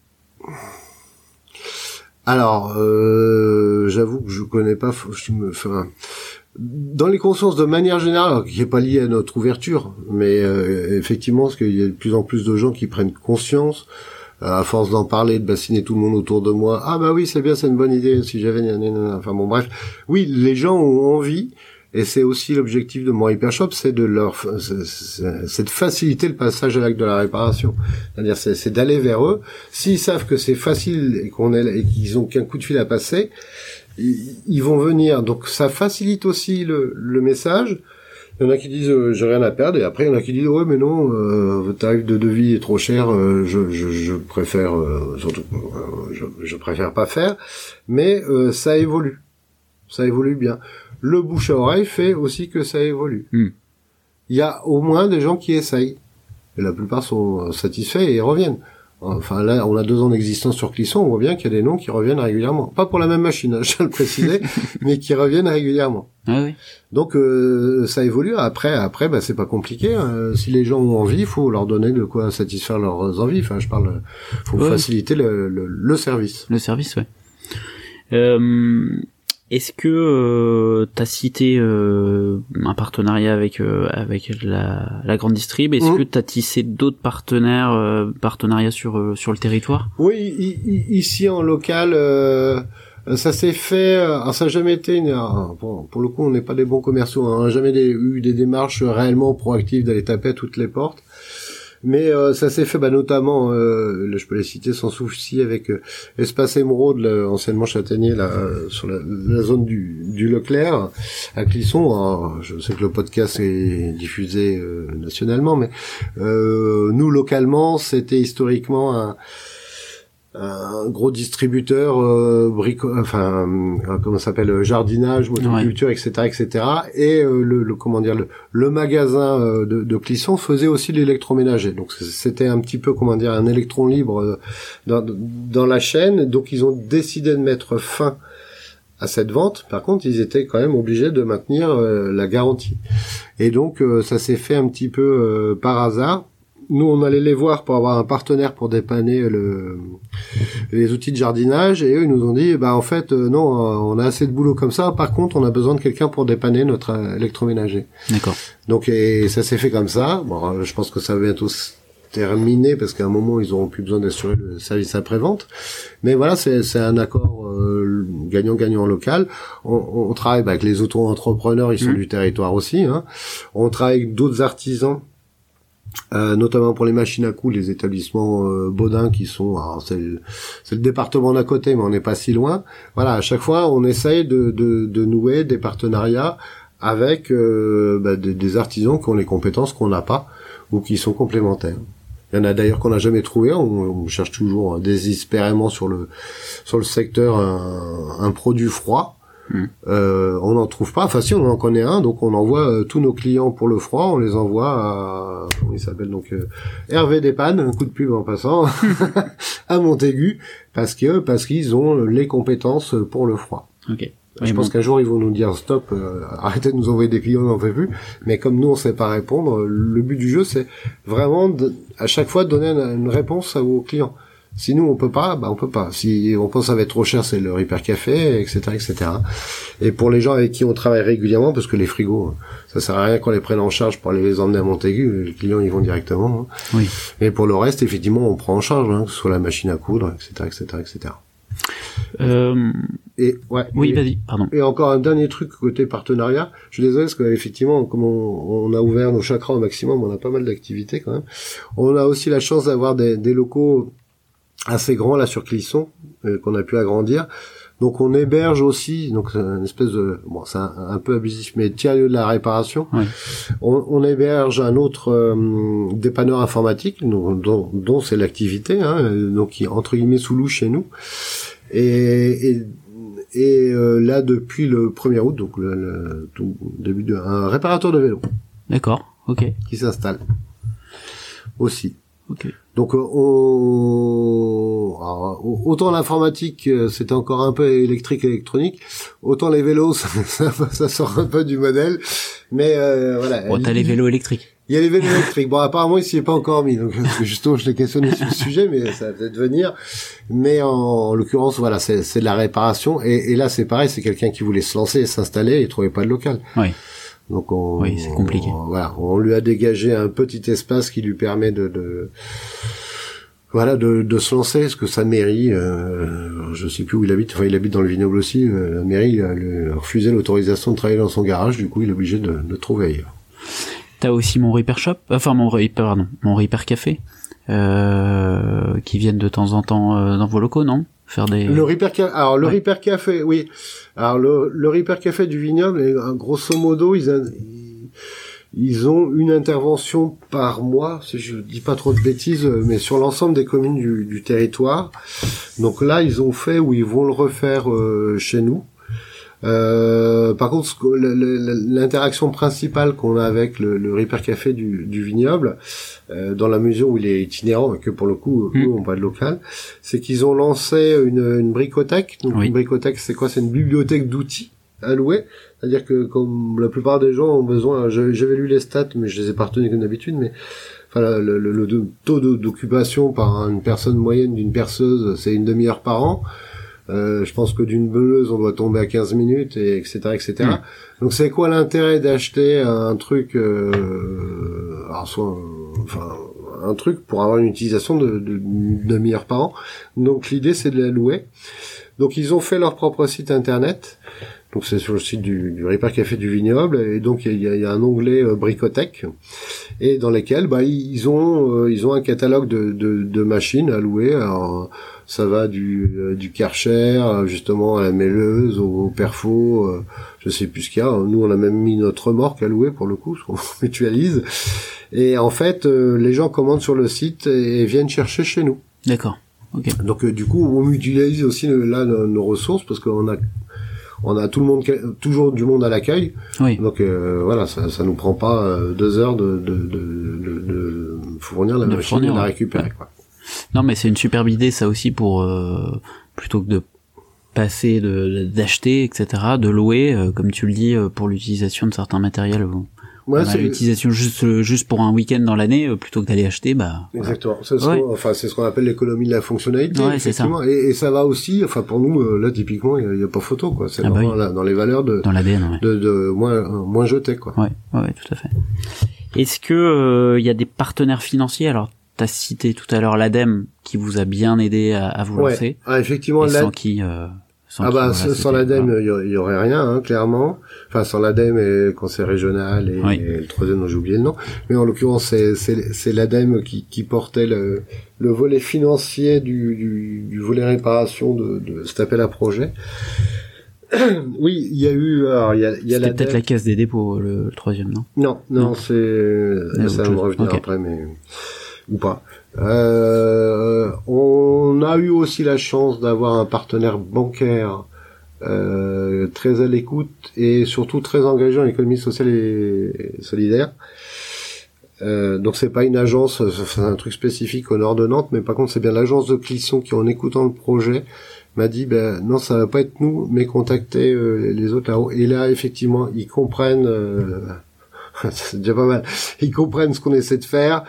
Alors, j'avoue que je connais pas. Dans les consciences de manière générale, qui est pas lié à notre ouverture, mais effectivement, parce qu'il y a de plus en plus de gens qui prennent conscience, à force d'en parler, de bassiner tout le monde autour de moi. Ah bah oui, c'est bien, c'est une bonne idée. Si j'avais, enfin bon, bref, oui, les gens ont envie. Et c'est aussi l'objectif de mon Hypershop, c'est de faciliter le passage à l'acte de la réparation. C'est-à-dire, c'est d'aller vers eux. S'ils savent que c'est facile et qu'ils ont qu'un coup de fil à passer, ils vont venir. Donc, ça facilite aussi le message. Il y en a qui disent, j'ai rien à perdre. Et après, il y en a qui disent, ouais, mais non, votre tarif de devis est trop cher. Je préfère, surtout, je préfère pas faire. Mais, ça évolue. Ça évolue bien. Le bouche à oreille fait aussi que ça évolue. Il y a au moins des gens qui essayent. Et la plupart sont satisfaits et reviennent. Enfin là, on a 2 ans d'existence sur Clisson, on voit bien qu'il y a des noms qui reviennent régulièrement. Pas pour la même machine, je tiens à le préciser, mais qui reviennent régulièrement. Ah oui. Donc ça évolue. Après, bah c'est pas compliqué. Si les gens ont envie, il faut leur donner de quoi satisfaire leurs envies. Enfin, faut faciliter le service. Le service, ouais. Est-ce que t'as cité un partenariat avec la grande distrib? Est-ce que t'as tissé d'autres partenariats sur le territoire? Oui, ici en local, ça s'est fait. Alors ça n'a jamais été pour le coup, on n'est pas des bons commerciaux. On n'a jamais eu des démarches réellement proactives d'aller taper à toutes les portes. Mais ça s'est fait notamment, là je peux les citer sans souci, avec Espace Émeraude, anciennement Châtaignier, là sur la zone du Leclerc à Clisson. Alors, je sais que le podcast est diffusé nationalement, mais nous localement, c'était historiquement un gros distributeur comment ça s'appelle, jardinage, motoculture, ouais. etc. Et le magasin de Clisson faisait aussi l'électroménager. Donc c'était un petit peu un électron libre dans la chaîne. Donc ils ont décidé de mettre fin à cette vente. Par contre, ils étaient quand même obligés de maintenir la garantie. Et donc ça s'est fait un petit peu par hasard. Nous, on allait les voir pour avoir un partenaire pour dépanner les outils de jardinage, et eux, ils nous ont dit, en fait, non, on a assez de boulot comme ça. Par contre, on a besoin de quelqu'un pour dépanner notre électroménager. D'accord. Donc, et ça s'est fait comme ça. Bon, je pense que ça va bientôt se terminer parce qu'à un moment, ils auront plus besoin d'assurer le service après-vente. Mais voilà, c'est un accord gagnant-gagnant local. On travaille avec les auto-entrepreneurs, ils sont du territoire aussi. Hein. On travaille avec d'autres artisans. Notamment pour les machines à coudre, les établissements Baudin qui sont, alors c'est le département d'à côté, mais on n'est pas si loin. Voilà, à chaque fois, on essaye de nouer des partenariats avec des artisans qui ont les compétences qu'on n'a pas ou qui sont complémentaires. Il y en a d'ailleurs qu'on n'a jamais trouvé. On cherche toujours désespérément sur le secteur un produit froid. On n'en trouve pas. Enfin si, on en connaît un, donc on envoie tous nos clients pour le froid, on les envoie à, comment il s'appelle, donc Hervé Despannes, un coup de pub en passant, à Montaigu, parce qu'ils ont les compétences pour le froid. Ok. Je pense qu'un jour ils vont nous dire stop, arrêtez de nous envoyer des clients, on n'en fait plus. Mais comme nous on sait pas répondre, le but du jeu c'est vraiment à chaque fois de donner une réponse aux clients. Si nous on peut pas, on peut pas. Si on pense que ça va être trop cher, c'est le Repair Café, etc. Et pour les gens avec qui on travaille régulièrement, parce que les frigos, ça sert à rien qu'on les prenne en charge pour aller les emmener à Montaigu, les clients ils vont directement. Hein. Oui. Mais pour le reste, effectivement, on prend en charge, que ce soit la machine à coudre, etc. Et ouais. Oui, vas-y, pardon. Et encore un dernier truc côté partenariat. Je suis désolé parce qu'effectivement, comme on a ouvert nos chakras au maximum, on a pas mal d'activités quand même. On a aussi la chance d'avoir des locaux assez grands là sur Clisson, qu'on a pu agrandir. Donc on héberge aussi, donc c'est une espèce de, c'est un peu abusif, mais tiers-lieu de la réparation. Ouais. On héberge un autre dépanneur informatique, dont c'est l'activité, donc qui est entre guillemets sous loup chez nous. Et là depuis le 1er août, donc le tout début un réparateur de vélo. D'accord, ok. Qui s'installe aussi. Ok. Donc autant l'informatique c'était encore un peu électronique, autant les vélos ça sort un peu du modèle, mais voilà. Bon, t'as les vélos électriques. Il y a les vélos électriques. Bon, apparemment il s'y est pas encore mis, donc justement je l'ai questionné sur le sujet, mais ça va peut-être venir. Mais en l'occurrence voilà, c'est de la réparation, et là c'est pareil, c'est quelqu'un qui voulait se lancer et s'installer et trouvait pas de local. Oui. Donc oui, c'est compliqué. On lui a dégagé un petit espace qui lui permet de se lancer, parce que sa mairie, je sais plus où il habite, enfin il habite dans le vignoble aussi, la mairie lui a refusé l'autorisation de travailler dans son garage, du coup il est obligé de trouver ailleurs. T'as aussi mon Repair Shop, mon Repair Café, qui viennent de temps en temps dans vos locaux, non? Faire des... Le Repair Café, oui. Alors le Repair Café du vignoble, grosso modo, ils ont une intervention par mois, si je dis pas trop de bêtises, mais sur l'ensemble des communes du territoire. Donc là, ils ont fait, ou ils vont le refaire chez nous. Par contre, l'interaction principale qu'on a avec le Repair Café du vignoble, dans la mesure où il est itinérant et que pour le coup, nous, on va de local, c'est qu'ils ont lancé une bricothèque. Donc, une bricothèque, c'est quoi? C'est une bibliothèque d'outils à louer. C'est-à-dire que comme la plupart des gens ont besoin, j'avais lu les stats, mais je les ai pas retenus comme d'habitude, mais enfin, le taux d'occupation par une personne moyenne d'une perceuse, c'est une demi-heure par an. Je pense que d'une beuleuse, on doit tomber à 15 minutes, et etc., etc. Donc, c'est quoi l'intérêt d'acheter un truc, un truc pour avoir une utilisation de demi-heure par an? Donc, l'idée, c'est de la louer. Donc, ils ont fait leur propre site internet. Donc, c'est sur le site du Repair Café du vignoble. Et donc, il y a un onglet bricothèque. Et dans lesquels, ils ont un catalogue de machines à louer. Alors, ça va du Karcher, justement, à la mêleuse, au perfo, je sais plus ce qu'il y a. Nous, on a même mis notre remorque à louer, pour le coup, parce qu'on mutualise. Et en fait, les gens commandent sur le site et viennent chercher chez nous. D'accord. Okay. Donc, du coup, on mutualise aussi nos ressources, parce qu'on a tout le monde, toujours du monde à l'accueil. Oui. Donc voilà, ça nous prend pas 2 heures de fournir la machine et de la récupérer, quoi. Non, mais c'est une superbe idée, ça aussi, pour plutôt que de passer d'acheter, etc., de louer, comme tu le dis, pour l'utilisation de certains matériels. C'est l'utilisation juste pour un week-end dans l'année, plutôt que d'aller acheter, Exactement. C'est ce qu'on appelle l'économie de la fonctionnalité. Ouais, c'est ça. Et ça va aussi, enfin, pour nous, là, typiquement, il y a pas photo, quoi. C'est vraiment là, dans les valeurs dans l'ADN, de moins jeté, quoi. Ouais, tout à fait. Est-ce que, il y a des partenaires financiers? Alors, t'as cité tout à l'heure l'ADEME qui vous a bien aidé à vous lancer. Ah, effectivement, sans l'ADEME, il y aurait rien, clairement. Enfin, sans l'ADEME et conseil régional et le troisième dont j'ai oublié le nom. Mais en l'occurrence, c'est l'ADEME qui portait le volet financier du volet réparation de cet appel à projet. Oui, il y a eu, alors, il y a c'était peut-être la Caisse des dépôts, le troisième, non? Non, ça va me revenir après, mais, ou pas. On a eu aussi la chance d'avoir un partenaire bancaire très à l'écoute et surtout très engagé en économie sociale et solidaire. Donc c'est pas une agence, c'est un truc spécifique au nord de Nantes, mais par contre c'est bien l'agence de Clisson qui, en écoutant le projet, m'a dit non, ça va pas être nous, mais contacter les autres là-haut. Et là effectivement ils comprennent. C'est déjà pas mal. Ils comprennent ce qu'on essaie de faire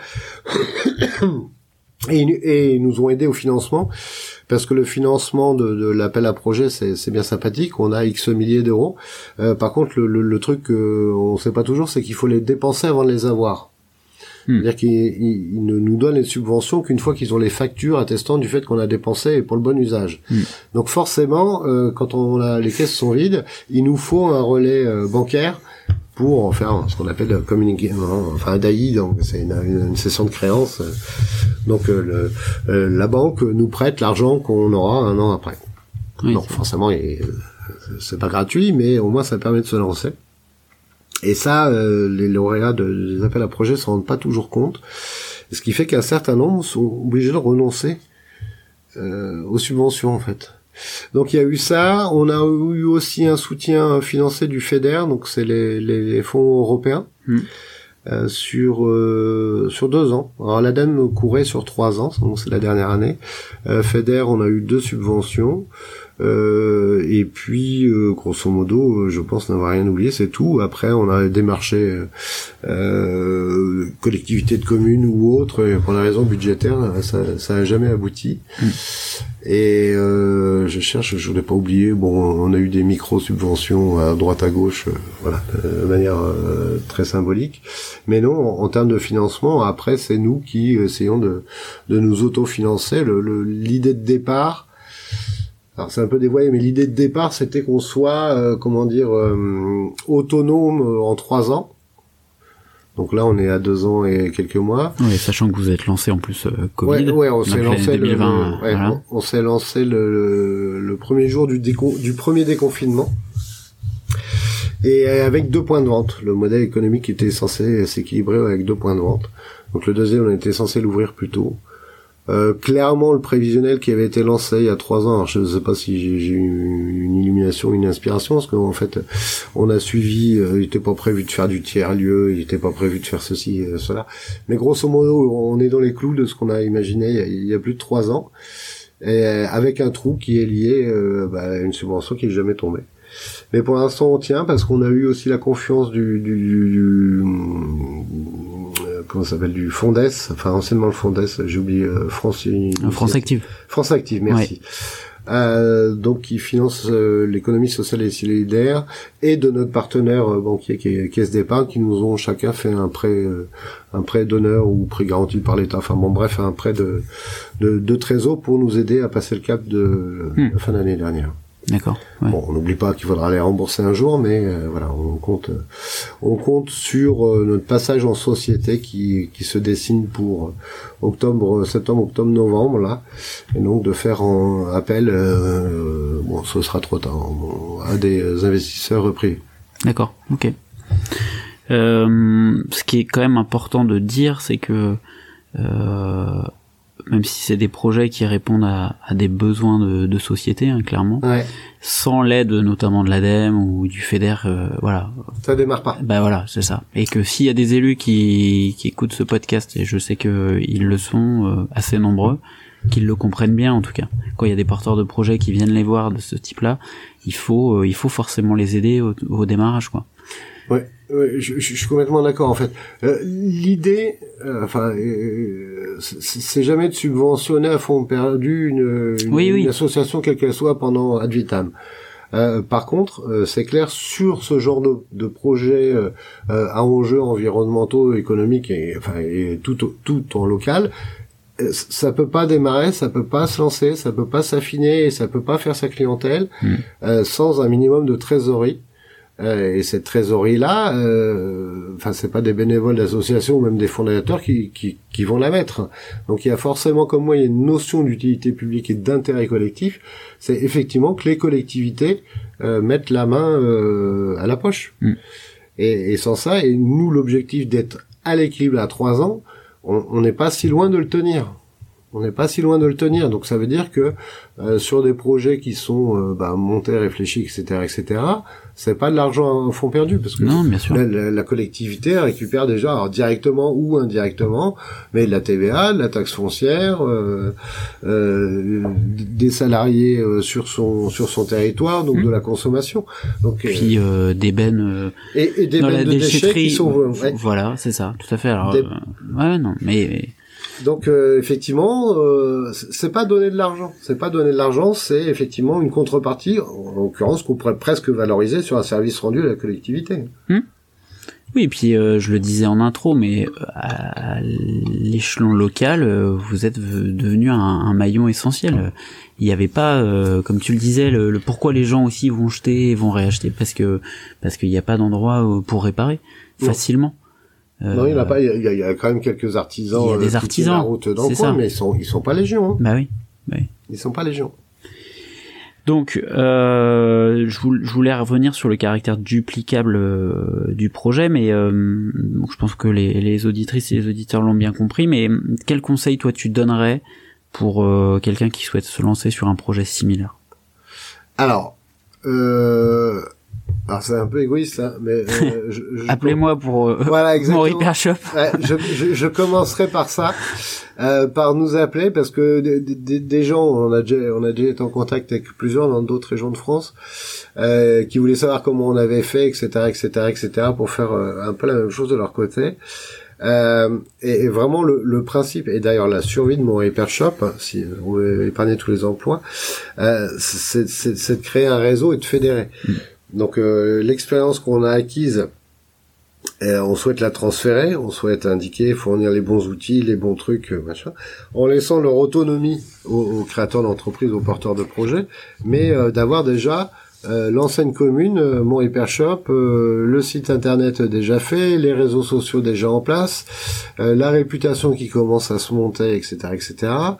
et ils nous ont aidés au financement, parce que le financement de l'appel à projet c'est bien sympathique, on a X milliers d'euros. Par contre le truc on sait pas toujours, c'est qu'il faut les dépenser avant de les avoir. C'est-à-dire qu'ils ne nous donnent les subventions qu'une fois qu'ils ont les factures attestant du fait qu'on a dépensé pour le bon usage. Donc forcément, quand les caisses sont vides, il nous faut un relais bancaire pour faire ce qu'on appelle un DAI, donc c'est une cession de créance. Donc la banque nous prête l'argent qu'on aura un an après. Donc forcément, c'est pas gratuit, mais au moins ça permet de se lancer. Et ça, les lauréats des appels à projets s'en rendent pas toujours compte. Ce qui fait qu'un certain nombre sont obligés de renoncer aux subventions, en fait. Donc il y a eu ça. On a eu aussi un soutien financier du FEDER, donc c'est les fonds européens, sur 2 ans. Alors l'ADEME courait sur 3 ans, donc c'est la dernière année. FEDER, on a eu 2 subventions. Et puis grosso modo, je pense n'avoir rien oublié, c'est tout. Après on a démarché collectivités de communes ou autres, et pour des raisons budgétaires ça a jamais abouti. Et je voulais pas oublier, on a eu des micro-subventions à droite à gauche, de manière très symbolique. Mais non, en termes de financement, après c'est nous qui essayons de nous autofinancer. L'idée de départ, alors c'est un peu dévoyé, mais l'idée de départ c'était qu'on soit autonome en 3 ans. Donc là on est à 2 ans et quelques mois. Oui, sachant que vous êtes lancé en plus Covid. Ouais, on s'est lancé 2020, on s'est lancé le premier jour du premier déconfinement. Et avec 2 points de vente. Le modèle économique était censé s'équilibrer avec 2 points de vente. Donc le deuxième, on était censé l'ouvrir plus tôt. Clairement, le prévisionnel qui avait été lancé il y a 3 ans, alors je ne sais pas si j'ai eu une illumination, une inspiration, parce qu'en fait, on a suivi, il n'était pas prévu de faire du tiers-lieu, il n'était pas prévu de faire ceci, cela, mais grosso modo, on est dans les clous de ce qu'on a imaginé il y a plus de 3 ans, et avec un trou qui est lié à une subvention qui n'est jamais tombée. Mais pour l'instant, on tient parce qu'on a eu aussi la confiance comment ça s'appelle, du Fondes, enfin anciennement le Fondes, j'ai oublié, France Active. France Active, merci. Ouais. Donc qui finance l'économie sociale et solidaire, et de notre partenaire banquier qui est Caisse d'Épargne, qui nous ont chacun fait un prêt d'honneur ou prêt garanti par l'État, enfin bon bref, un prêt de trésor pour nous aider à passer le cap de la fin d'année dernière. D'accord. Ouais. Bon, on n'oublie pas qu'il faudra les rembourser un jour, mais voilà, on compte sur notre passage en société qui se dessine pour septembre, octobre, novembre là, et donc de faire appel, ce sera trop tard, à des investisseurs privés. D'accord. Ok. Ce qui est quand même important de dire, c'est que même si c'est des projets qui répondent à des besoins de société, hein, clairement, ouais. Sans l'aide notamment de l'ADEME ou du FEDER, voilà. Ça démarre pas. Bah voilà, c'est ça. Et que s'il y a des élus qui écoutent ce podcast, et je sais que ils le sont assez nombreux, qu'ils le comprennent bien en tout cas. Quand il y a des porteurs de projets qui viennent les voir de ce type-là, il faut forcément les aider au démarrage, quoi. Ouais, je suis complètement d'accord en fait. L'idée, c'est jamais de subventionner à fond perdu une association quelle qu'elle soit pendant ad vitam. Par contre, c'est clair, sur ce genre de projet à enjeux environnementaux, économiques et tout en local, ça peut pas démarrer, ça peut pas se lancer, ça peut pas s'affiner et ça peut pas faire sa clientèle sans un minimum de trésorerie. Et cette trésorerie-là, c'est pas des bénévoles d'associations ou même des fondateurs qui vont la mettre. Donc il y a forcément, comme moi, il y a une notion d'utilité publique et d'intérêt collectif. C'est effectivement que les collectivités mettent la main à la poche. Et sans ça, et nous, l'objectif d'être à l'équilibre à 3 ans, on n'est pas si loin de le tenir. On n'est pas si loin de le tenir, donc ça veut dire que sur des projets qui sont montés, réfléchis, etc., c'est pas de l'argent à fond perdu, parce que non, bien sûr. La collectivité récupère déjà, alors directement ou indirectement, mais de la TVA, de la taxe foncière, des salariés sur son territoire, donc de la consommation. Donc puis des bennes et des bennes de déchets qui sont voilà, c'est ça, tout à fait. Alors mais donc effectivement, c'est pas donner de l'argent. C'est pas donner de l'argent, c'est effectivement une contrepartie, en l'occurrence qu'on pourrait presque valoriser sur un service rendu à la collectivité. Oui, et puis je le disais en intro, mais à l'échelon local, vous êtes devenu un maillon essentiel. Il n'y avait pas, comme tu le disais, le pourquoi les gens aussi vont jeter et vont réacheter, parce qu'il n'y a pas d'endroit pour réparer facilement. Non, il y en a pas. Il y a quand même quelques artisans. Il y a des artisans. La route dans le coin, mais ils sont pas légion. Hein. Bah oui. Ils sont pas légion. Donc, je voulais revenir sur le caractère duplicable du projet, mais je pense que les auditrices et les auditeurs l'ont bien compris. Mais quel conseil toi tu donnerais pour quelqu'un qui souhaite se lancer sur un projet similaire? Alors c'est un peu égoïste là, mais appelez-moi pour voilà, mon repair shop. Ouais, je commencerai par ça, par nous appeler, parce que des gens, on a déjà été en contact avec plusieurs dans d'autres régions de France, qui voulaient savoir comment on avait fait, etc., pour faire un peu la même chose de leur côté. Et vraiment le principe, et d'ailleurs la survie de mon repair shop, si on veut épargner tous les emplois, c'est de créer un réseau et de fédérer. Donc l'expérience qu'on a acquise, on souhaite la transférer, on souhaite indiquer, fournir les bons outils, les bons trucs, machin, en laissant leur autonomie aux créateurs d'entreprises, aux porteurs de projets, mais d'avoir déjà l'enseigne commune, mon repair shop, le site internet déjà fait, les réseaux sociaux déjà en place, la réputation qui commence à se monter, etc.,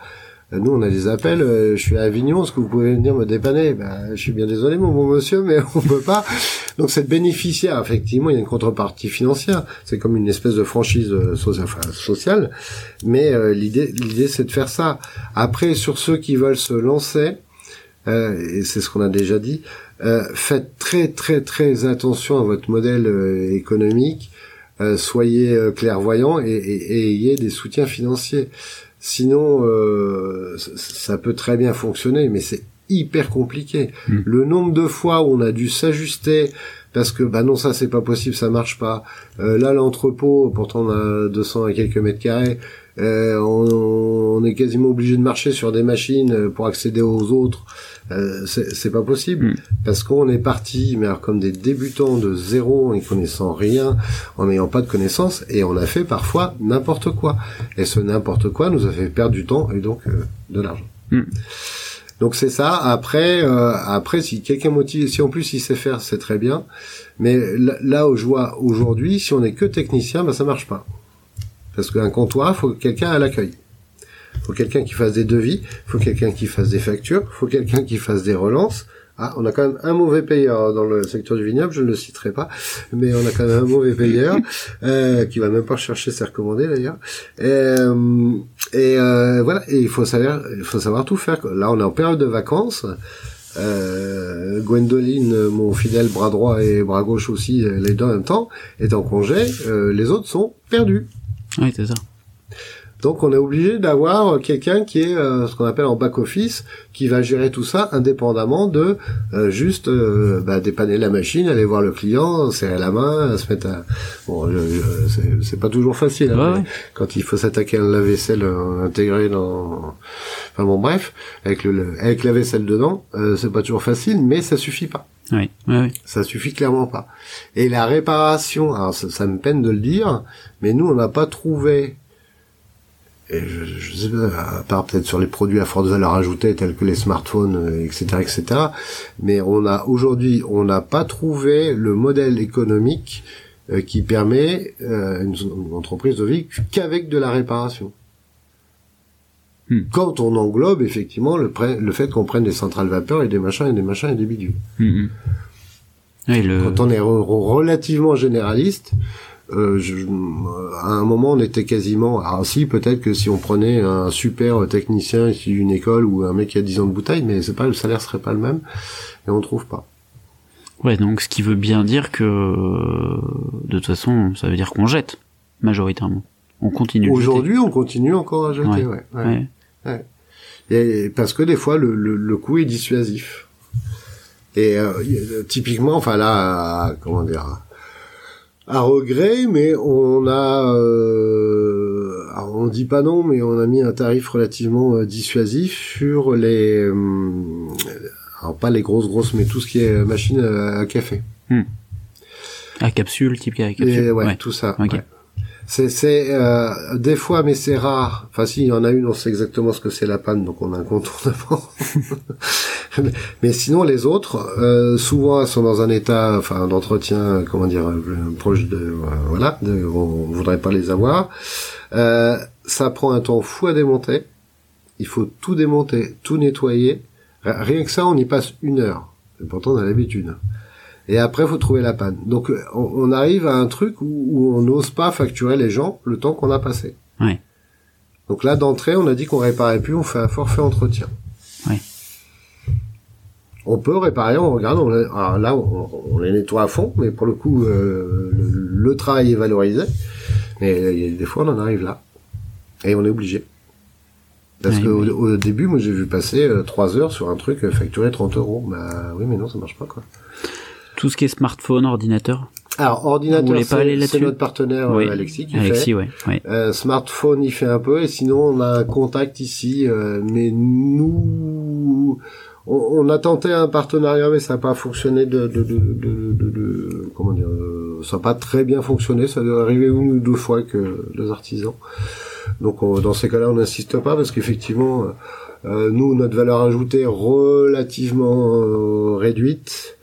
Nous, on a des appels, je suis à Avignon, est-ce que vous pouvez venir me dépanner? Je suis bien désolé, mon bon monsieur, mais on peut pas. Donc, c'est bénéficiaire, effectivement, il y a une contrepartie financière. C'est comme une espèce de franchise sociale. Mais l'idée, c'est de faire ça. Après, sur ceux qui veulent se lancer, et c'est ce qu'on a déjà dit, faites très, très, très attention à votre modèle économique. Soyez clairvoyants et ayez des soutiens financiers. Sinon, ça peut très bien fonctionner, mais c'est hyper compliqué. Le nombre de fois où on a dû s'ajuster parce que non, ça c'est pas possible, ça marche pas. Là, l'entrepôt, pourtant on a 200 et quelques mètres carrés, on est quasiment obligé de marcher sur des machines pour accéder aux autres. C'est pas possible parce qu'on est parti, mais alors comme des débutants de zéro, en connaissant rien, en n'ayant pas de connaissances, et on a fait parfois n'importe quoi. Et ce n'importe quoi nous a fait perdre du temps et donc de l'argent. Donc c'est ça. Après, si quelqu'un motive, si en plus il sait faire, c'est très bien. Mais là où je vois aujourd'hui, si on est que technicien, ça marche pas. Parce qu'un comptoir, faut quelqu'un à l'accueil. Faut quelqu'un qui fasse des devis, faut quelqu'un qui fasse des factures, faut quelqu'un qui fasse des relances. On a quand même un mauvais payeur dans le secteur du vignoble, je ne le citerai pas, mais on a quand même un mauvais payeur qui va même pas chercher ses recommandés d'ailleurs. Voilà, et il faut savoir tout faire. Là, on est en période de vacances. Gwendoline, mon fidèle bras droit et bras gauche aussi, les deux en même temps, est en congé. Les autres sont perdus. Oui, c'est ça. Donc on est obligé d'avoir quelqu'un qui est ce qu'on appelle en back-office, qui va gérer tout ça indépendamment de juste dépanner la machine, aller voir le client, serrer la main, se mettre à... Bon, c'est pas toujours facile, hein, quand il faut s'attaquer à un lave-vaisselle intégré dans... Enfin bon, bref, avec la vaisselle dedans, c'est pas toujours facile, mais ça suffit pas. Oui. Ça suffit clairement pas. Et la réparation, alors ça me peine de le dire, mais nous on n'a pas trouvé... Et je sais pas, à part peut-être sur les produits à forte valeur ajoutée tels que les smartphones, etc., mais on n'a pas trouvé le modèle économique qui permet une entreprise de vie qu'avec de la réparation. Quand on englobe effectivement le fait qu'on prenne des centrales vapeur et des machins et des bidules. Quand on est relativement généraliste, à un moment on était quasiment... Alors si, peut-être que si on prenait un super technicien issu d'une école ou un mec qui a 10 ans de bouteille, mais le salaire serait pas le même, et on trouve pas. Ouais, donc ce qui veut bien dire que de toute façon, ça veut dire qu'on jette, majoritairement. On continue de Aujourd'hui, jeter. on continue encore à jeter, ouais. Et parce que des fois, le coût est dissuasif. Et typiquement, enfin là, comment dire... à regret, mais on a, alors on dit pas non, mais on a mis un tarif relativement dissuasif sur les, alors pas les grosses, mais tout ce qui est machine à café. À capsule, type capsule. Et tout ça. Okay. Ouais. C'est des fois, mais c'est rare. Enfin, si, il y en a une, on sait exactement ce que c'est la panne, donc on a un contournement. Mais sinon, les autres, souvent, elles sont dans un état, d'entretien, proche de, on voudrait pas les avoir. Ça prend un temps fou à démonter. Il faut tout démonter, tout nettoyer. Rien que ça, on y passe 1 heure. Et pourtant, on a l'habitude. Et après, faut trouver la panne. Donc, on arrive à un truc où on n'ose pas facturer les gens le temps qu'on a passé. Ouais. Donc là, d'entrée, on a dit qu'on réparait plus, on fait un forfait entretien. Ouais. On peut réparer, on regarde, alors là, on les nettoie à fond, mais pour le coup, le travail est valorisé. Mais des fois, on en arrive là. Et on est obligé. Parce que au début, moi, j'ai vu passer 3 heures sur un truc facturé 30 €. Bah oui, mais non, ça marche pas, quoi. Tout ce qui est smartphone, ordinateur. Alors, ordinateur, c'est notre partenaire, Alexis, qui fait. Ouais. Smartphone, il fait un peu, et sinon, on a un contact ici, mais nous, on a tenté un partenariat, mais ça n'a pas fonctionné ça n'a pas très bien fonctionné, ça doit arriver 1 ou 2 fois que les artisans. Donc, dans ces cas-là, on n'insiste pas, parce qu'effectivement, nous, notre valeur ajoutée est relativement réduite.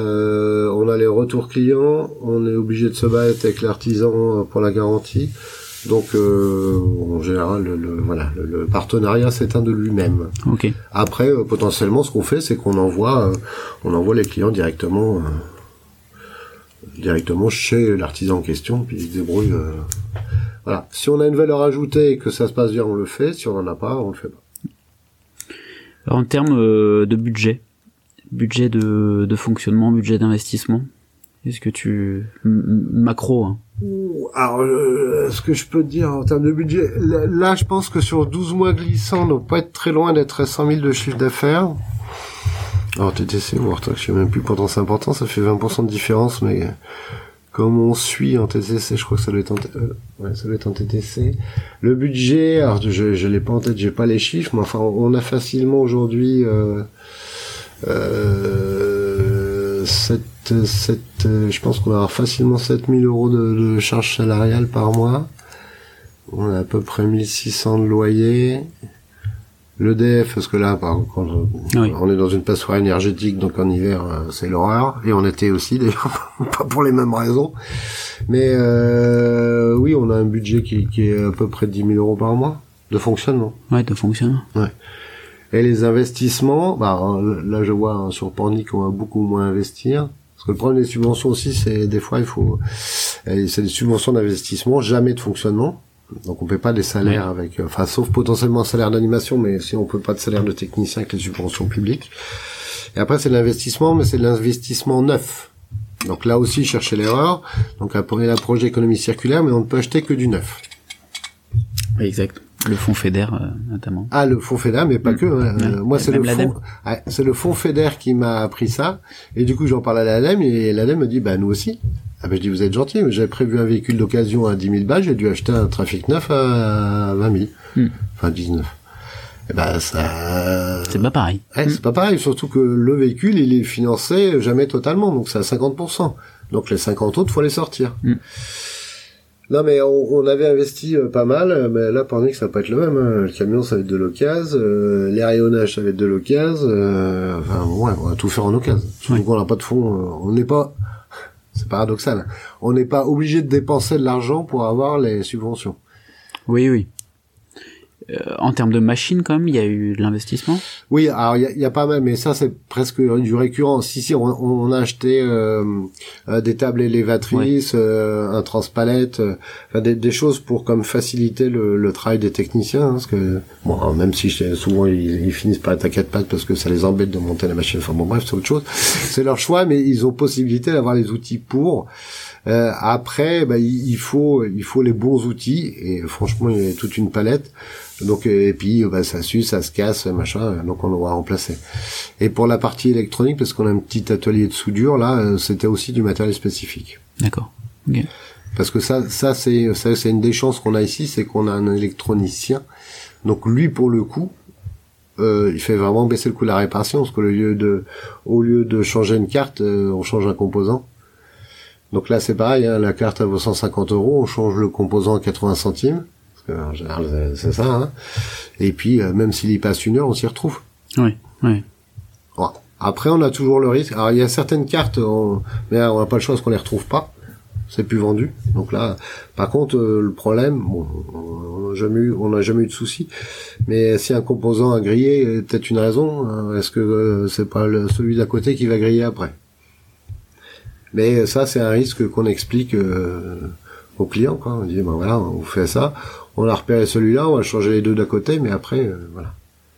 On a les retours clients, on est obligé de se battre avec l'artisan pour la garantie. Donc en général, le partenariat s'éteint de lui-même. Ok. Après, potentiellement, ce qu'on fait, c'est qu'on envoie les clients directement chez l'artisan en question, puis ils se débrouillent. Voilà. Si on a une valeur ajoutée et que ça se passe bien, on le fait. Si on en a pas, on le fait pas. En termes de budget de fonctionnement, budget d'investissement, est-ce que macro, hein. Alors, ce que je peux te dire en termes de budget, là, je pense que sur 12 mois glissants, on ne doit pas être très loin d'être à 100 000 de chiffre d'affaires. Alors, TTC, je sais même plus pourtant c'est important, ça fait 20% de différence, mais comme on suit en TTC, je crois que ça doit être en TTC. Le budget, alors je l'ai pas en tête, j'ai pas les chiffres, mais enfin, on a facilement aujourd'hui je pense qu'on a facilement 7000 € de charges salariales par mois. On a à peu près 1600 de loyer. L'EDF, parce que là, on est dans une passoire énergétique, donc en hiver, c'est l'horreur. Et en été aussi, d'ailleurs, pas pour les mêmes raisons. Mais oui, on a un budget qui est à peu près de 10 000 € par mois de fonctionnement. Ouais, de fonctionnement. Ouais. Et les investissements, là je vois sur Pornic on va beaucoup moins investir. Parce que le problème des subventions aussi, c'est des fois c'est des subventions d'investissement, jamais de fonctionnement. Donc on paie pas des salaires avec, sauf potentiellement un salaire d'animation, mais si on peut pas de salaire de technicien avec les subventions publiques. Et après c'est de l'investissement, mais c'est de l'investissement neuf. Donc là aussi chercher l'erreur. Donc après un projet économie circulaire, mais on ne peut acheter que du neuf. Exact. Le fonds FEDER, notamment. Ah, le fonds FEDER, mais pas que. Moi, c'est le fonds FEDER qui m'a appris ça. Et du coup, j'en parle à l'ADEME, et l'ADEME me dit, nous aussi. Ah, je dis, vous êtes gentil, mais j'avais prévu un véhicule d'occasion à 10 000 balles, j'ai dû acheter un Trafic neuf à 20 000. Enfin, 19. Et ça... C'est pas pareil. Ouais, c'est pas pareil, surtout que le véhicule, il est financé jamais totalement, donc c'est à 50%. Donc les 50 autres, faut les sortir. Non, mais on avait investi pas mal, mais là, pendant que ça va pas être le même, hein. Le camion, ça va être de l'occasion, les rayonnages, ça va être de l'occasion, on va tout faire en occasion. Surtout qu'on n'a pas de fonds, on n'est pas, c'est paradoxal, on n'est pas obligé de dépenser de l'argent pour avoir les subventions. Oui. En termes de machines, quand même, il y a eu de l'investissement. Oui, alors il y a pas mal, mais ça c'est presque du récurrent. Si on a acheté des tables élévatrices, un transpalette, des choses pour comme faciliter le travail des techniciens, hein, parce que même si souvent ils finissent par être à quatre pattes parce que ça les embête de monter la machine. Enfin bref, c'est autre chose. C'est leur choix, mais ils ont possibilité d'avoir les outils pour. Après, il faut les bons outils, et franchement il y a toute une palette. Donc et puis ça s'use, ça se casse, machin, donc on va remplacer. Et pour la partie électronique, parce qu'on a un petit atelier de soudure là, c'était aussi du matériel spécifique. D'accord. Okay. Parce que ça c'est une des chances qu'on a ici, c'est qu'on a un électronicien. Donc lui pour le coup, il fait vraiment baisser le coût de la réparation, parce que au lieu de changer une carte, on change un composant. Donc là c'est pareil, hein, la carte elle vaut 150 €, on change le composant à 80 centimes. En général, c'est ça, hein. Et puis, même s'il y passe une heure, on s'y retrouve. Oui. Bon. Après, on a toujours le risque. Alors, il y a certaines cartes, mais on n'a pas le choix parce qu'on les retrouve pas. C'est plus vendu. Donc là, par contre, le problème, on n'a jamais eu de souci. Mais si un composant a grillé, peut-être une raison. Est-ce que c'est pas celui d'à côté qui va griller après? Mais ça, c'est un risque qu'on explique aux clients, quoi. On dit, voilà, on fait ça. On a repéré celui-là, on va changer les deux d'à côté, mais après, voilà.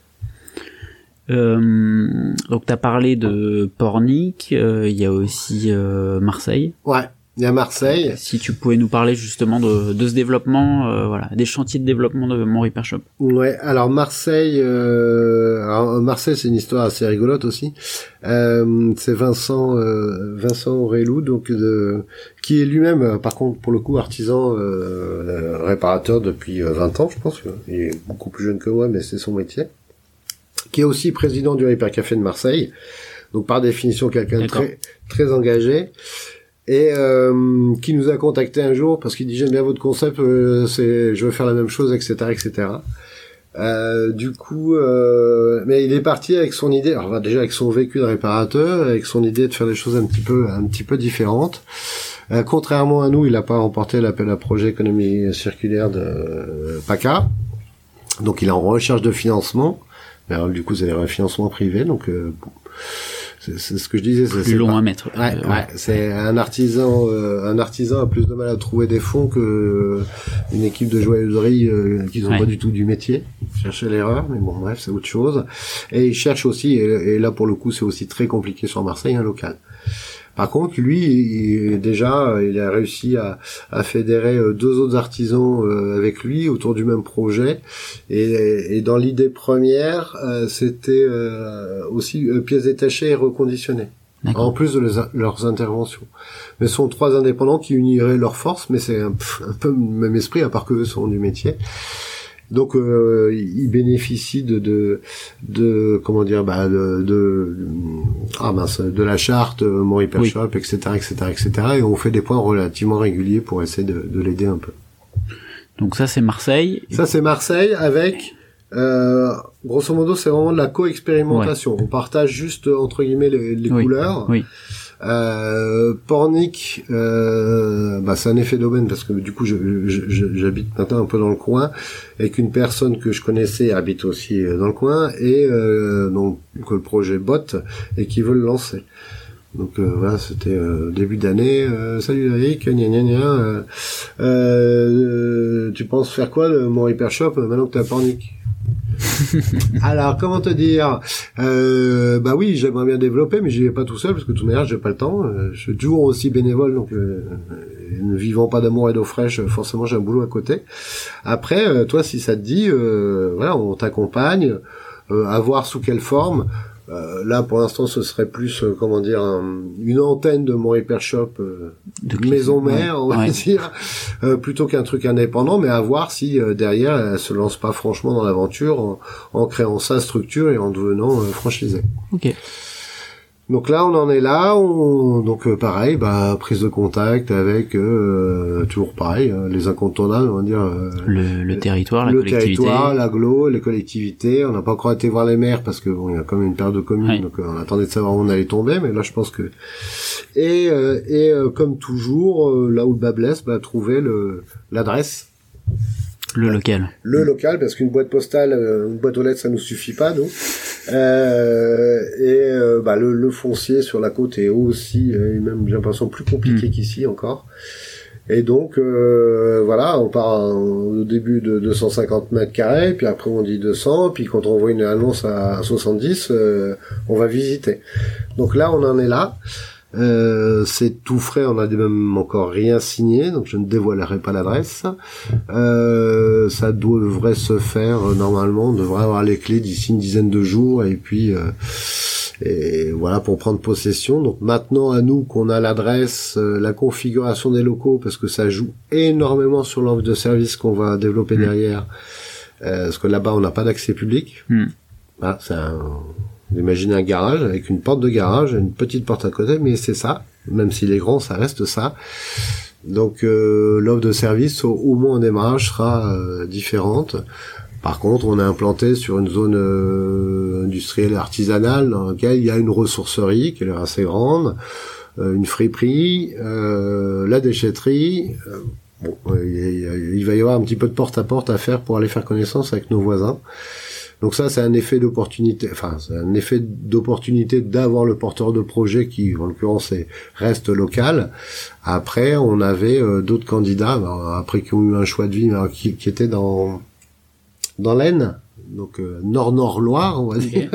Donc t'as parlé de Pornic, il y a aussi Marseille. Ouais, il y a Marseille. Si tu pouvais nous parler justement de ce développement, des chantiers de développement de Mon Repair Shop. Ouais, alors Marseille, c'est une histoire assez rigolote aussi. C'est Vincent Aurélou, donc qui est lui-même, par contre, pour le coup, artisan réparateur depuis 20 ans, je pense. Il est beaucoup plus jeune que moi, mais c'est son métier. Qui est aussi président du Repair Café de Marseille. Donc par définition, quelqu'un de très très engagé. Et qui nous a contacté un jour parce qu'il dit j'aime bien votre concept, je veux faire la même chose, etc., etc. Du coup, mais il est parti avec son idée. Alors déjà avec son vécu de réparateur, avec son idée de faire des choses un petit peu différentes. Contrairement à nous, il n'a pas remporté l'appel à projet économie circulaire de PACA. Donc il est en recherche de financement. Mais alors, du coup, c'est des financements privés. Donc c'est ce que je disais. Plus long à mettre. Ouais. C'est un artisan a plus de mal à trouver des fonds que une équipe de joaillerie qui sont pas du tout du métier. Chercher l'erreur, mais bon, bref, c'est autre chose. Et il cherche aussi, et là pour le coup, c'est aussi très compliqué sur Marseille, un local. Par contre, lui, il a réussi à fédérer 2 autres artisans avec lui autour du même projet. Et dans l'idée première, c'était aussi pièces détachées et reconditionnées. D'accord. En plus de leurs interventions. Mais ce sont 3 indépendants qui uniraient leurs forces, mais c'est un peu le même esprit, à part qu'eux sont du métier. Donc ils bénéficient de la charte Mon Repair Shop, etc., et on fait des points relativement réguliers pour essayer de l'aider un peu. Donc ça c'est Marseille. Ça c'est Marseille avec grosso modo c'est vraiment de la co-expérimentation. On partage juste entre guillemets les couleurs. Oui. Pornic, c'est un effet d'aubaine parce que du coup j'habite maintenant un peu dans le coin et qu'une personne que je connaissais habite aussi dans le coin et donc que le projet botte et qui veut le lancer. Donc voilà, c'était début d'année. Salut Eric, tu penses faire quoi de mon Repair Shop maintenant que t'es à Pornic? Alors, comment te dire, oui, j'aimerais bien développer, mais j'y vais pas tout seul parce que de toute manière, j'ai pas le temps. Je suis toujours aussi bénévole, donc ne vivant pas d'amour et d'eau fraîche, forcément, j'ai un boulot à côté. Après, toi, si ça te dit, on t'accompagne, à voir sous quelle forme. Là, pour l'instant, ce serait plus, une antenne de mon Repair Shop, maison mère, on va dire, plutôt qu'un truc indépendant, mais à voir si derrière, elle se lance pas franchement dans l'aventure en créant sa structure et en devenant franchisée. Ok. Donc là, on en est là. Pareil, prise de contact avec toujours pareil, les incontournables, on va dire. Le territoire, la collectivité. Le territoire, l'agglo, les collectivités. On n'a pas encore été voir les maires parce que il y a quand même une période de commune, donc on attendait de savoir où on allait tomber. Mais là, je pense que et comme toujours, là où le bas blesse, trouver l'adresse. Le local. Le local, parce qu'une boîte postale, une boîte aux lettres, ça nous suffit pas, nous. Le foncier sur la côte est aussi, même j'ai l'impression plus compliqué qu'ici encore. Et donc, on part au début de 250 mètres carrés, puis après on dit 200, puis quand on voit une annonce à 70, on va visiter. Donc là, on en est là. C'est tout frais, on a même encore rien signé, donc je ne dévoilerai pas l'adresse. Ça devrait se faire normalement, on devrait avoir les clés d'ici une dizaine de jours et puis pour prendre possession. Donc maintenant à nous qu'on a l'adresse, la configuration des locaux, parce que ça joue énormément sur l'offre de service qu'on va développer derrière, parce que là-bas on n'a pas d'accès public. Imaginez un garage avec une porte de garage, une petite porte à côté, mais c'est ça. Même s'il est grand, ça reste ça. Donc l'offre de service, au moins en démarrage, sera différente. Par contre, on est implanté sur une zone industrielle artisanale dans laquelle il y a une ressourcerie qui est assez grande, une friperie, la déchetterie. Il va y avoir un petit peu de porte-à-porte à faire pour aller faire connaissance avec nos voisins. Donc ça, c'est un effet d'opportunité. C'est un effet d'opportunité d'avoir le porteur de projet qui, en l'occurrence, reste local. Après, on avait d'autres candidats, après qui ont eu un choix de vie, qui étaient dans l'Aisne, donc Nord-Nord-Loire, on va dire.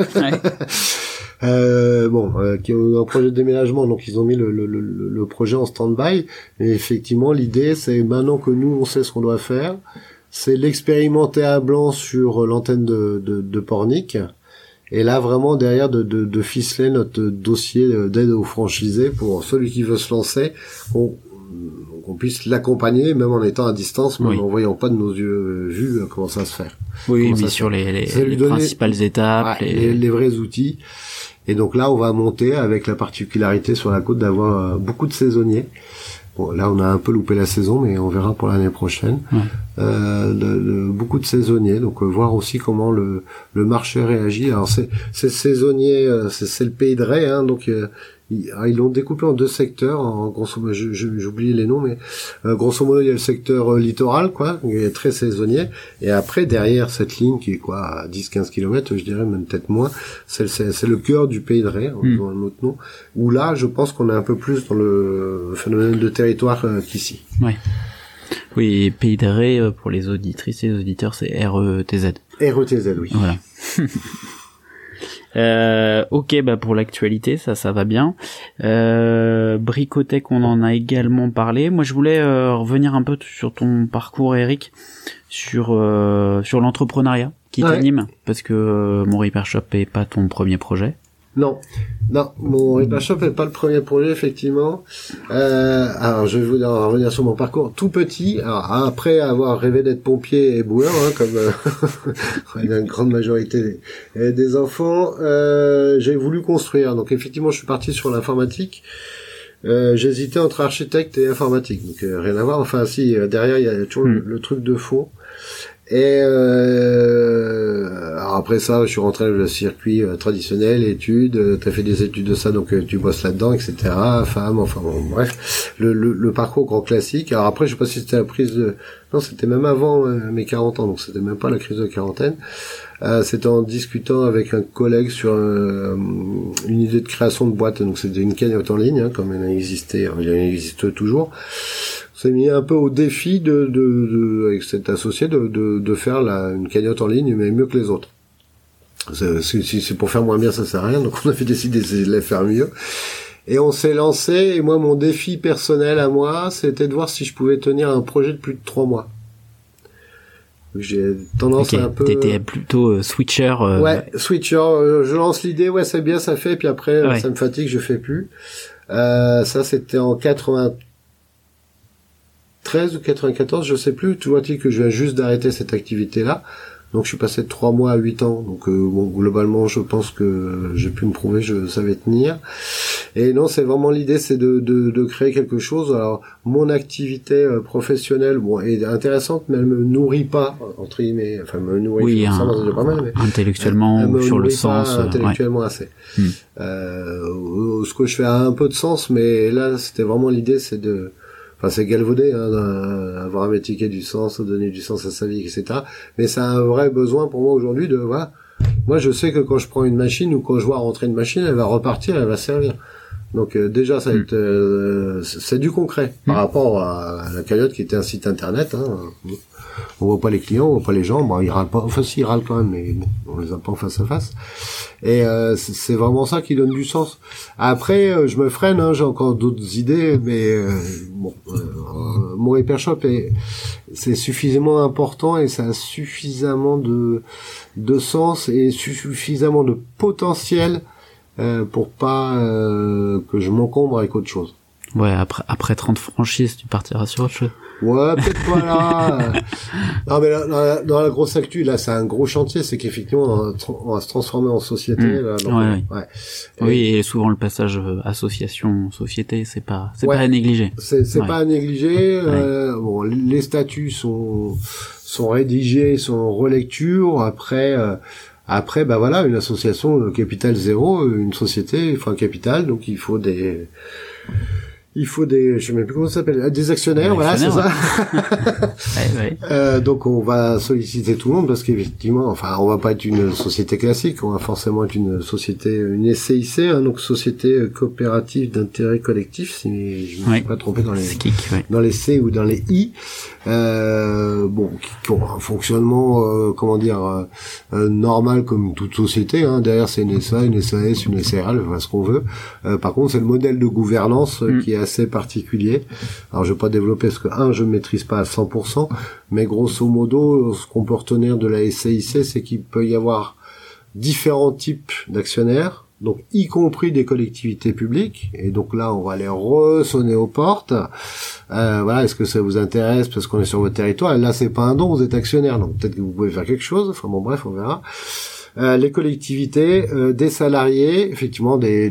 Qui ont eu un projet de déménagement, donc ils ont mis le projet en stand-by. Et effectivement, l'idée, c'est maintenant que nous, on sait ce qu'on doit faire, c'est l'expérimenter à blanc sur l'antenne de Pornic, et là vraiment derrière de ficeler notre dossier d'aide aux franchisés pour celui qui veut se lancer, qu'on puisse l'accompagner même en étant à distance, mais en voyant pas de nos yeux vus comment ça se fait. Oui, mais sur les principales étapes, les vrais outils. Et donc là, on va monter avec la particularité sur la côte d'avoir beaucoup de saisonniers. Bon, là, on a un peu loupé la saison, mais on verra pour l'année prochaine. Beaucoup de saisonniers, donc voir aussi comment le marché réagit. Alors c'est saisonnier, c'est le pays de Ré, hein, donc Ils l'ont découpé en 2 secteurs, en grosso modo, j'oublie les noms, mais grosso modo, il y a le secteur littoral, quoi, qui est très saisonnier, et après, derrière cette ligne, qui est quoi, à 10-15 km, je dirais, même peut-être moins, c'est le cœur du Pays de Ré, dans un autre nom, où là, je pense qu'on est un peu plus dans le phénomène de territoire qu'ici. Ouais. Oui, Pays de Ré, pour les auditrices et les auditeurs, c'est RETZ. RETZ, oui. Voilà. Ok, bah pour l'actualité, ça va bien. Bricotech, on en a également parlé. Moi, je voulais revenir un peu sur ton parcours, Eric, sur l'entrepreneuriat qui t'anime, parce que mon Repair Shop est pas ton premier projet. Non, mon Repair Shop n'est pas le premier projet, effectivement. Alors, je vais vous revenir sur mon parcours tout petit. Alors, après avoir rêvé d'être pompier et boueur, comme la grande majorité des enfants, j'ai voulu construire. Donc, effectivement, je suis parti sur l'informatique. J'hésitais entre architecte et informatique, donc rien à voir. Enfin, si, derrière, il y a toujours le truc de fond. Et alors après ça, je suis rentré dans le circuit traditionnel, études, t'as fait des études de ça, donc tu bosses là-dedans, etc. Femme, enfin bon, bref, le parcours grand classique. Alors après, je sais pas si c'était la prise de... Non, c'était même avant mes 40 ans, donc c'était même pas la crise de quarantaine. C'était en discutant avec un collègue sur une idée de création de boîte, donc c'était une cagnotte en ligne, comme elle existait, elle existe toujours. On s'est mis un peu au défi avec cet associé de faire une cagnotte en ligne, mais mieux que les autres. Si c'est pour faire moins bien, ça sert à rien, donc on a décidé de les faire mieux. Et on s'est lancé, et moi, mon défi personnel à moi, c'était de voir si je pouvais tenir un projet de plus de 3 mois. J'ai tendance à un peu... T'étais plutôt switcher. Ouais, switcher. Je lance l'idée, ouais, c'est bien, ça fait, puis après, ça me fatigue, je fais plus. Ça, c'était en 93 ou 94, je sais plus. Tu vois-t-il que je viens juste d'arrêter cette activité-là. Donc, je suis passé de 3 mois à 8 ans. Donc, bon, globalement, je pense que j'ai pu me prouver, je savais tenir. Et non, c'est vraiment l'idée, c'est de créer quelque chose. Alors, mon activité professionnelle, bon, est intéressante, mais elle me nourrit pas, entre guillemets. Enfin, me nourrit ça, c'est pas mal, mais intellectuellement ou sur le sens. Intellectuellement assez. Ce que je fais a un peu de sens, mais là, c'était vraiment l'idée, c'est c'est galvaudé, avoir un métier qui a du sens, donner du sens à sa vie, etc. Mais ça a un vrai besoin pour moi aujourd'hui de, voilà. Moi, je sais que quand je prends une machine ou quand je vois rentrer une machine, elle va repartir, elle va servir. Donc, déjà, ça va être, c'est du concret par rapport à la cagnotte qui était un site internet, On voit pas les clients, on voit pas les gens, bon, ils râlent pas, enfin, si, ils râlent quand même, mais bon, on les a pas en face à face. Et, c'est vraiment ça qui donne du sens. Après, je me freine, j'ai encore d'autres idées, mais, mon Repair Shop c'est suffisamment important et ça a suffisamment de sens et suffisamment de potentiel, pour pas, que je m'encombre avec autre chose. Ouais, après 30 franchises, tu partiras sur autre chose. Ouais, peut-être pas là. Non, mais là, dans la grosse actu, là, c'est un gros chantier, c'est qu'effectivement, on va se transformer en société. Là, donc, ouais. Oui, et souvent le passage association-société, c'est pas à négliger. C'est pas à négliger. Bon, les statuts sont rédigés, sont en relecture. Après, bah voilà, une association capital zéro, une société, il faut un capital, donc il faut des, je sais même plus comment ça s'appelle, des actionnaires, voilà, c'est ça. Donc on va solliciter tout le monde parce qu'effectivement, enfin, on va pas être une société classique, on va forcément être une société, une SCIC, donc société coopérative d'intérêt collectif, si je me suis pas trompé dans les C ou dans les I. Bon, qui ont un fonctionnement, normal comme toute société, derrière c'est une SA, une SAS, une SRL, enfin ce qu'on veut. Par contre, c'est le modèle de gouvernance qui est assez particulier. Alors, je vais pas développer parce que, je maîtrise pas à 100%, mais grosso modo, ce qu'on peut retenir de la SCIC, c'est qu'il peut y avoir différents types d'actionnaires, donc y compris des collectivités publiques, et donc là, on va aller ressonner aux portes. Voilà, est-ce que ça vous intéresse parce qu'on est sur votre territoire? Et là, c'est pas un don, vous êtes actionnaire, donc peut-être que vous pouvez faire quelque chose. Enfin bon, bref, on verra. Les collectivités, des salariés, effectivement des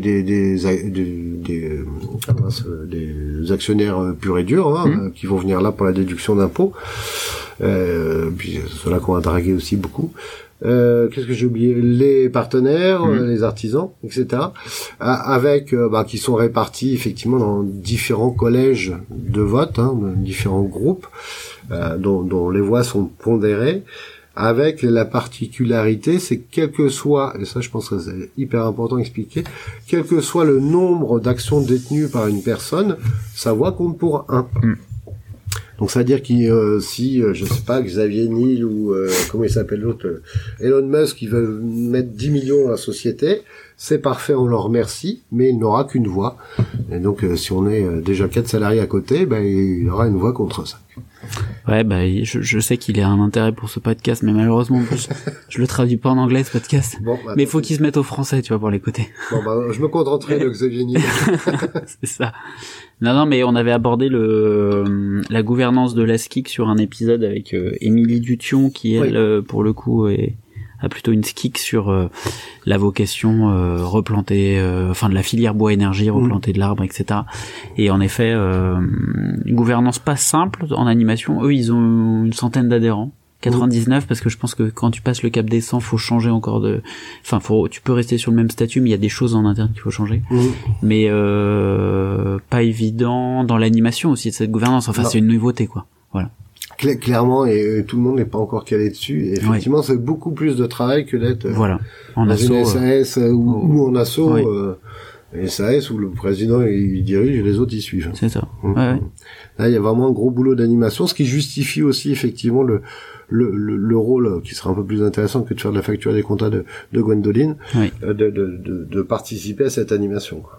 actionnaires purs et durs, qui vont venir là pour la déduction d'impôts. Puis ceux-là qu'on a dragué aussi beaucoup. Qu'est-ce que j'ai oublié? Les partenaires, les artisans, etc. Avec qui sont répartis effectivement dans différents collèges de vote, différents groupes dont les voix sont pondérées. Avec la particularité, c'est quel que soit, et ça je pense que c'est hyper important à expliquer, quel que soit le nombre d'actions détenues par une personne, sa voix compte pour 1. Donc ça veut dire que si je sais pas, Xavier Niel ou comment il s'appelle l'autre, Elon Musk, il veut mettre 10 millions à la société, c'est parfait, on leur remercie, mais il n'aura qu'une voix. Et donc si on est déjà 4 salariés à côté, il aura une voix contre 5. Ouais, je sais qu'il a un intérêt pour ce podcast, mais malheureusement, je le traduis pas en anglais, ce podcast. Bon, mais il faut qu'il se mette au français, tu vois, pour l'écouter. Bon, je me contenterai de Xavier Niel. C'est ça. Non, mais on avait abordé la gouvernance de l'ASKIC sur un épisode avec Émilie Dution, qui, elle, pour le coup, a plutôt une skik sur la vocation replanter, de la filière bois énergie, replanter de l'arbre, etc. Et en effet, une gouvernance pas simple en animation. Eux, ils ont une centaine d'adhérents, 99, parce que je pense que quand tu passes le cap des 100, faut changer encore tu peux rester sur le même statut, mais il y a des choses en interne qu'il faut changer. Mais pas évident dans l'animation aussi de cette gouvernance. Enfin, c'est une nouveauté, quoi. Voilà. Clairement, et tout le monde n'est pas encore calé dessus. Et effectivement, c'est beaucoup plus de travail que d'être en dans asso, une SAS ou en asso. SAS où le président il dirige et les autres y suivent. C'est ça. Là, il y a vraiment un gros boulot d'animation, ce qui justifie aussi effectivement le rôle qui sera un peu plus intéressant que de faire de la facture des comptas de Gwendoline, de participer à cette animation, quoi.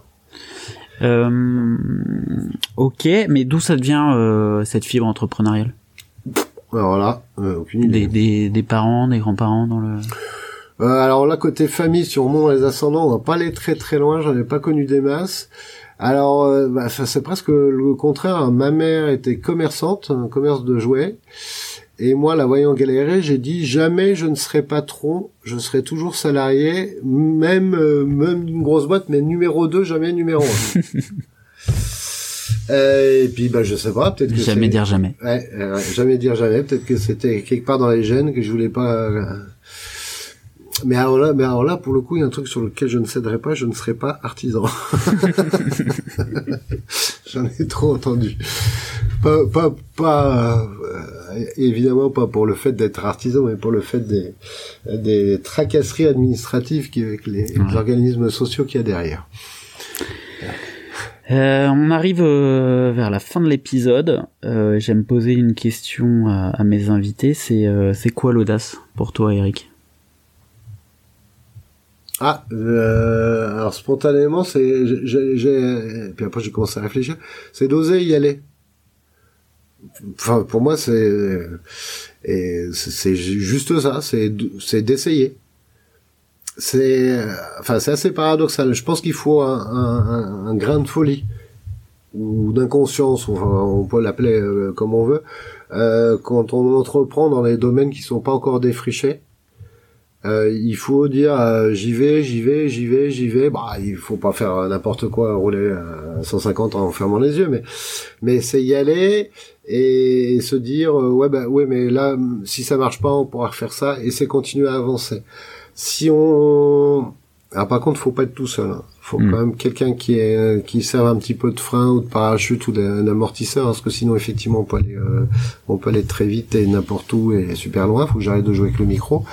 Ok, mais d'où ça devient cette fibre entrepreneuriale? Alors là, aucune idée. Des parents, des grands-parents dans le... Alors là, côté famille, si on remonte les ascendants, on va pas aller très très loin, j'en ai pas connu des masses. Alors, c'est presque le contraire. Ma mère était commerçante, un commerce de jouets. Et moi, la voyant galérer, j'ai dit jamais je ne serai patron, je serai toujours salarié, même d'une grosse boîte, mais numéro 2, jamais numéro 1. Et puis je sais pas, peut-être que jamais dire jamais. Jamais dire jamais, peut-être que c'était quelque part dans les gènes que je voulais pas. Mais alors là, pour le coup, il y a un truc sur lequel je ne céderai pas, je ne serai pas artisan. J'en ai trop entendu. Évidemment pas pour le fait d'être artisan, mais pour le fait des tracasseries administratives avec les organismes sociaux qu'il y a derrière. On arrive vers la fin de l'épisode. J'aime poser une question à mes invités. C'est quoi l'audace pour toi, Eric? Alors spontanément, puis après j'ai commencé à réfléchir, c'est d'oser y aller. Enfin, pour moi, c'est juste ça, c'est d'essayer. C'est assez paradoxal. Je pense qu'il faut un grain de folie ou d'inconscience, on peut l'appeler comme on veut, quand on entreprend dans des domaines qui sont pas encore défrichés. Il faut dire j'y vais. Il faut pas faire n'importe quoi, rouler à 150 en fermant les yeux, mais c'est y aller et se dire mais là si ça marche pas, on pourra refaire ça et c'est continuer à avancer. Par contre, faut pas être tout seul. Faut quand même quelqu'un qui serve un petit peu de frein ou de parachute ou d'amortisseur, parce que sinon effectivement on peut aller très vite et n'importe où et super loin. Faut que j'arrête de jouer avec le micro.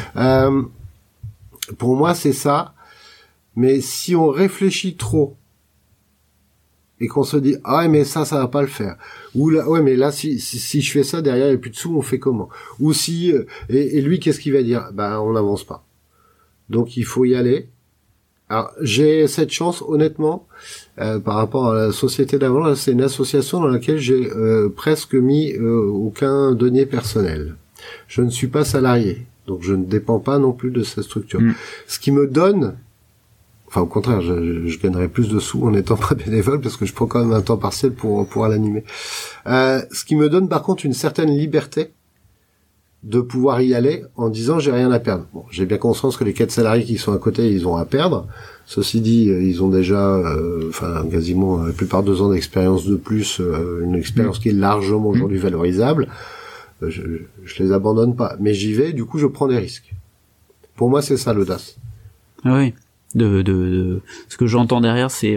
Pour moi, c'est ça. Mais si on réfléchit trop et qu'on se dit mais ça va pas le faire, ou là mais là si je fais ça derrière il y a plus de sous, on fait comment, ou si et lui qu'est-ce qu'il va dire, on n'avance pas. Donc il faut y aller. Alors j'ai cette chance honnêtement par rapport à la société d'avant, là, c'est une association dans laquelle j'ai presque mis aucun denier personnel. Je ne suis pas salarié, donc je ne dépends pas non plus de cette structure. Ce qui me donne, au contraire, je gagnerais plus de sous en n'étant pas bénévole parce que je prends quand même un temps partiel pour pouvoir l'animer. Ce qui me donne par contre une certaine liberté de pouvoir y aller en disant j'ai rien à perdre. Bon, j'ai bien conscience que les 4 salariés qui sont à côté, ils ont à perdre. Ceci dit, ils ont déjà, quasiment la plupart 2 ans d'expérience de plus, une expérience qui est largement aujourd'hui valorisable. je les abandonne pas, mais j'y vais, du coup je prends des risques. Pour moi, c'est ça l'audace. Ah oui, ce que j'entends derrière, c'est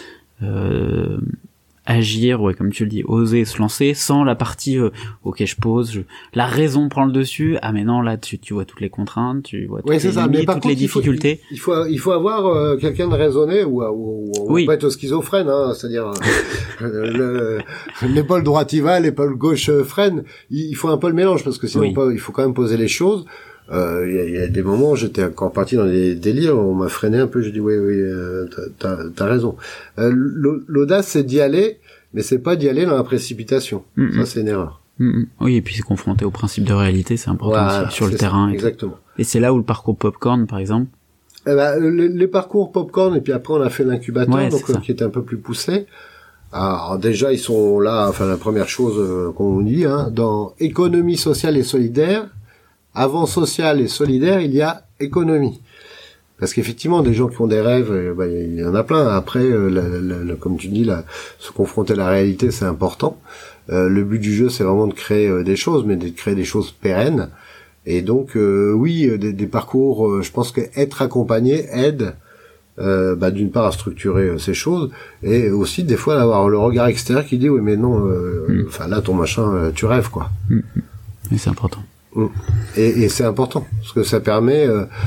agir, ouais, comme tu le dis, oser se lancer sans la partie ok, je pose, la raison prend le dessus. Ah mais non, là tu vois toutes les contraintes, tu vois toutes les limites, toutes les difficultés. Il faut avoir quelqu'un de raisonné ou on peut être schizophrène, hein, c'est-à-dire l'épaule droite y va, l'épaule gauche freine. Il faut un peu le mélange parce que sinon il faut quand même poser les choses. Il y a des moments où j'étais encore parti dans des délires, on m'a freiné un peu, j'ai dit oui, t'as raison. L'audace, c'est d'y aller, mais c'est pas d'y aller dans la précipitation. Ça, c'est une erreur. Oui, et puis se confronter au principe de réalité, c'est important aussi, sur le terrain. Exactement. Et c'est là où le parcours Popcorn, par exemple. Les parcours Popcorn, et puis après on a fait l'incubateur, qui était un peu plus poussé. Alors déjà, ils sont là, enfin la première chose qu'on dit, hein, dans économie sociale et solidaire. Avant social et solidaire, il y a économie. Parce qu'effectivement, des gens qui ont des rêves, il y en a plein. Après, comme tu dis, se confronter à la réalité, c'est important. Le but du jeu, c'est vraiment de créer des choses, mais de créer des choses pérennes. Et donc, des parcours, je pense qu'être accompagné aide, d'une part à structurer ces choses, et aussi des fois d'avoir le regard extérieur qui dit oui, mais non, là, ton machin, tu rêves, quoi. Et c'est important. Et c'est important parce que ça permet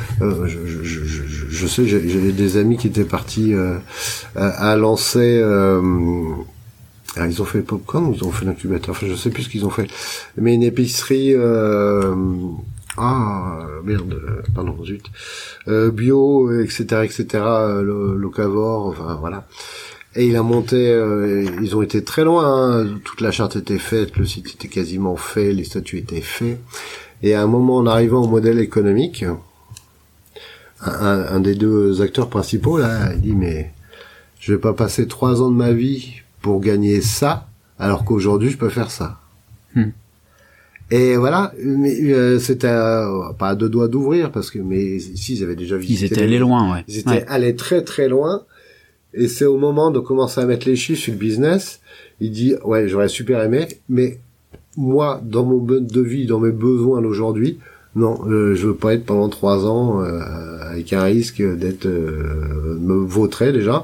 je sais, j'ai des amis qui étaient partis à lancer ils ont fait Popcorn ou ils ont fait l'incubateur, enfin je sais plus ce qu'ils ont fait, mais une épicerie bio, etc., locavore, enfin voilà. Et il a monté, ils ont été très loin, hein. Toute la charte était faite, le site était quasiment fait, les statuts étaient faits. Et à un moment, en arrivant au modèle économique, un des deux acteurs principaux, là, il dit, mais je vais pas passer 3 ans de ma vie pour gagner ça, alors qu'aujourd'hui, je peux faire ça. Et voilà, mais c'était pas à 2 doigts d'ouvrir, mais si, ils avaient déjà visité. Ils étaient allés loin, ouais. Ils étaient allés très très loin. Et c'est au moment de commencer à mettre les chiffres sur le business, il dit, ouais, j'aurais super aimé, mais moi, dans mon mode de vie, dans mes besoins d'aujourd'hui, non, je veux pas être pendant 3 ans avec un risque d'être me vautrer déjà.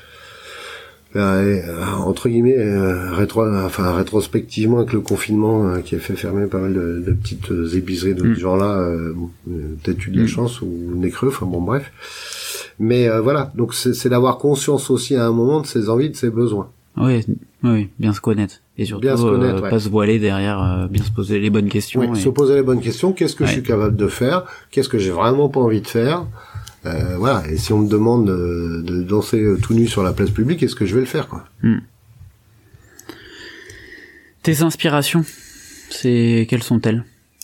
Entre guillemets, rétrospectivement avec le confinement qui a fait fermer pas mal de petites épiceries de ce genre-là, peut-être eu de la chance ou nez creux, enfin bon bref. Mais voilà, donc c'est d'avoir conscience aussi à un moment de ses envies, de ses besoins. Oui, bien se connaître. Et surtout, pas se voiler derrière, bien se poser les bonnes questions. Oui, se poser les bonnes questions. Qu'est-ce que je suis capable de faire? Qu'est-ce que j'ai vraiment pas envie de faire? Voilà. Et si on me demande de danser tout nu sur la place publique, est-ce que je vais le faire, quoi? Tes inspirations, quelles sont-elles?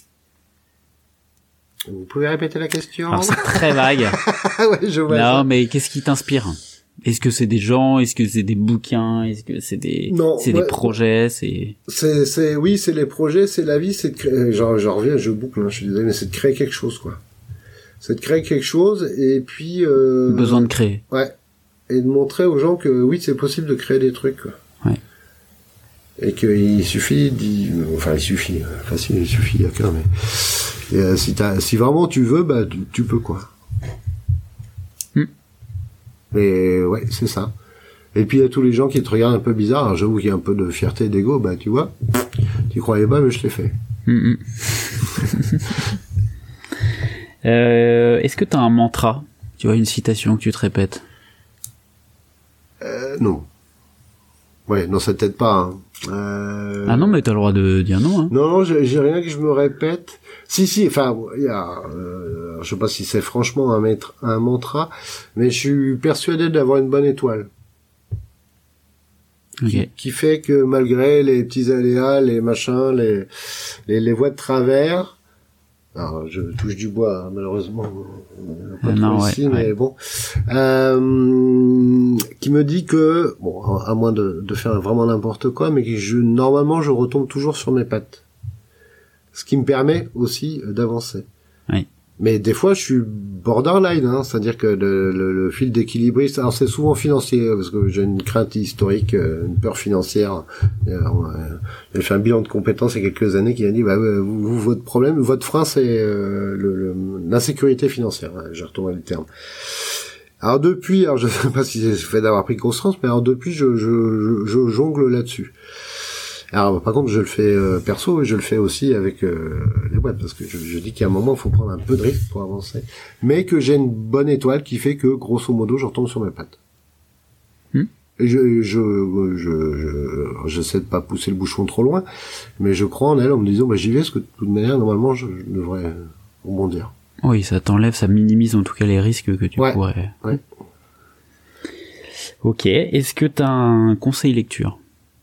Vous pouvez répéter la question? Alors c'est très vague. Ouais, je vois. Non, mais qu'est-ce qui t'inspire? Est-ce que c'est des gens? Est-ce que c'est des bouquins? Est-ce que c'est des projets? Oui, c'est les projets, c'est la vie, c'est de créer, j'en reviens, je boucle, hein, je suis désolé, mais c'est de créer quelque chose, quoi. C'est de créer quelque chose, et puis, besoin de créer. Ouais. Et de montrer aux gens que oui, c'est possible de créer des trucs, quoi. Ouais. Et qu'il suffit il suffit, il y a qu'un, mais, si vraiment tu veux, tu peux, quoi. Mais ouais, c'est ça. Et puis il y a tous les gens qui te regardent un peu bizarre. Alors j'avoue qu'il y a un peu de fierté et d'ego. Tu vois, tu croyais pas, mais je l'ai fait. Est-ce que t'as un mantra? Tu vois, une citation que tu te répètes? Non. Ouais, non, ça t'aide pas. Hein. Ah non, mais t'as le droit de dire non. Hein. Non, j'ai rien que je me répète. Si, enfin, il y a, je sais pas si c'est franchement un mantra, mais je suis persuadé d'avoir une bonne étoile. Okay. Qui fait que malgré les petits aléas, les machins, les voies de travers, alors je touche du bois, hein, malheureusement, pas trop ici, mais bon, qui me dit que, bon, à moins de faire vraiment n'importe quoi, mais que normalement je retombe toujours sur mes pattes. Ce qui me permet aussi d'avancer. Oui. Mais des fois, je suis borderline, hein, c'est-à-dire que le fil d'équilibriste, alors c'est souvent financier, parce que j'ai une crainte historique, une peur financière. J'ai fait un bilan de compétences il y a quelques années qui a dit, bah, vous votre problème, votre frein, c'est l'insécurité financière. J'ai retourné le terme. Alors depuis, alors je sais pas si c'est le fait d'avoir pris conscience, mais alors depuis, je jongle là-dessus. Alors par contre, je le fais perso et je le fais aussi avec les boîtes, parce que je dis qu'à un moment, il faut prendre un peu de risque pour avancer, mais que j'ai une bonne étoile qui fait que grosso modo, je retombe sur mes pattes. Et j'essaie de pas pousser le bouchon trop loin, mais je crois en elle en me disant, bah j'y vais, parce que de toute manière, normalement, je devrais rebondir. Oui, ça t'enlève, ça minimise en tout cas les risques que tu pourrais. Ouais. Ok. Est-ce que t'as un conseil lecture?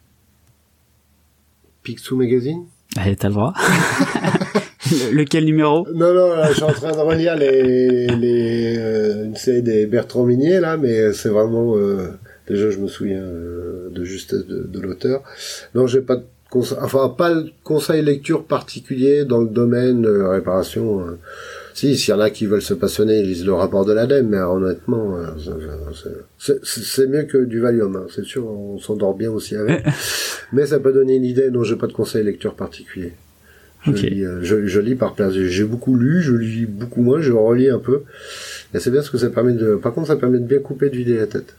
Picsou Magazine? Allez, t'as le droit. Lequel numéro? Non, là, je suis en train de relire une série des Bertrand Minier, là, mais c'est vraiment, déjà, je me souviens de justesse de l'auteur. Non, j'ai pas de pas de conseil lecture particulier dans le domaine réparation. S'il y en a qui veulent se passionner, ils lisent le rapport de l'ADEME, mais honnêtement, c'est mieux que du Valium, hein. C'est sûr, on s'endort bien aussi avec. Mais ça peut donner une idée. Non, j'ai pas de conseil lecture particulier. Je lis par place. J'ai beaucoup lu, je lis beaucoup moins, je relis un peu. Et c'est bien ce que ça permet par contre, ça permet de bien couper, de vider la tête.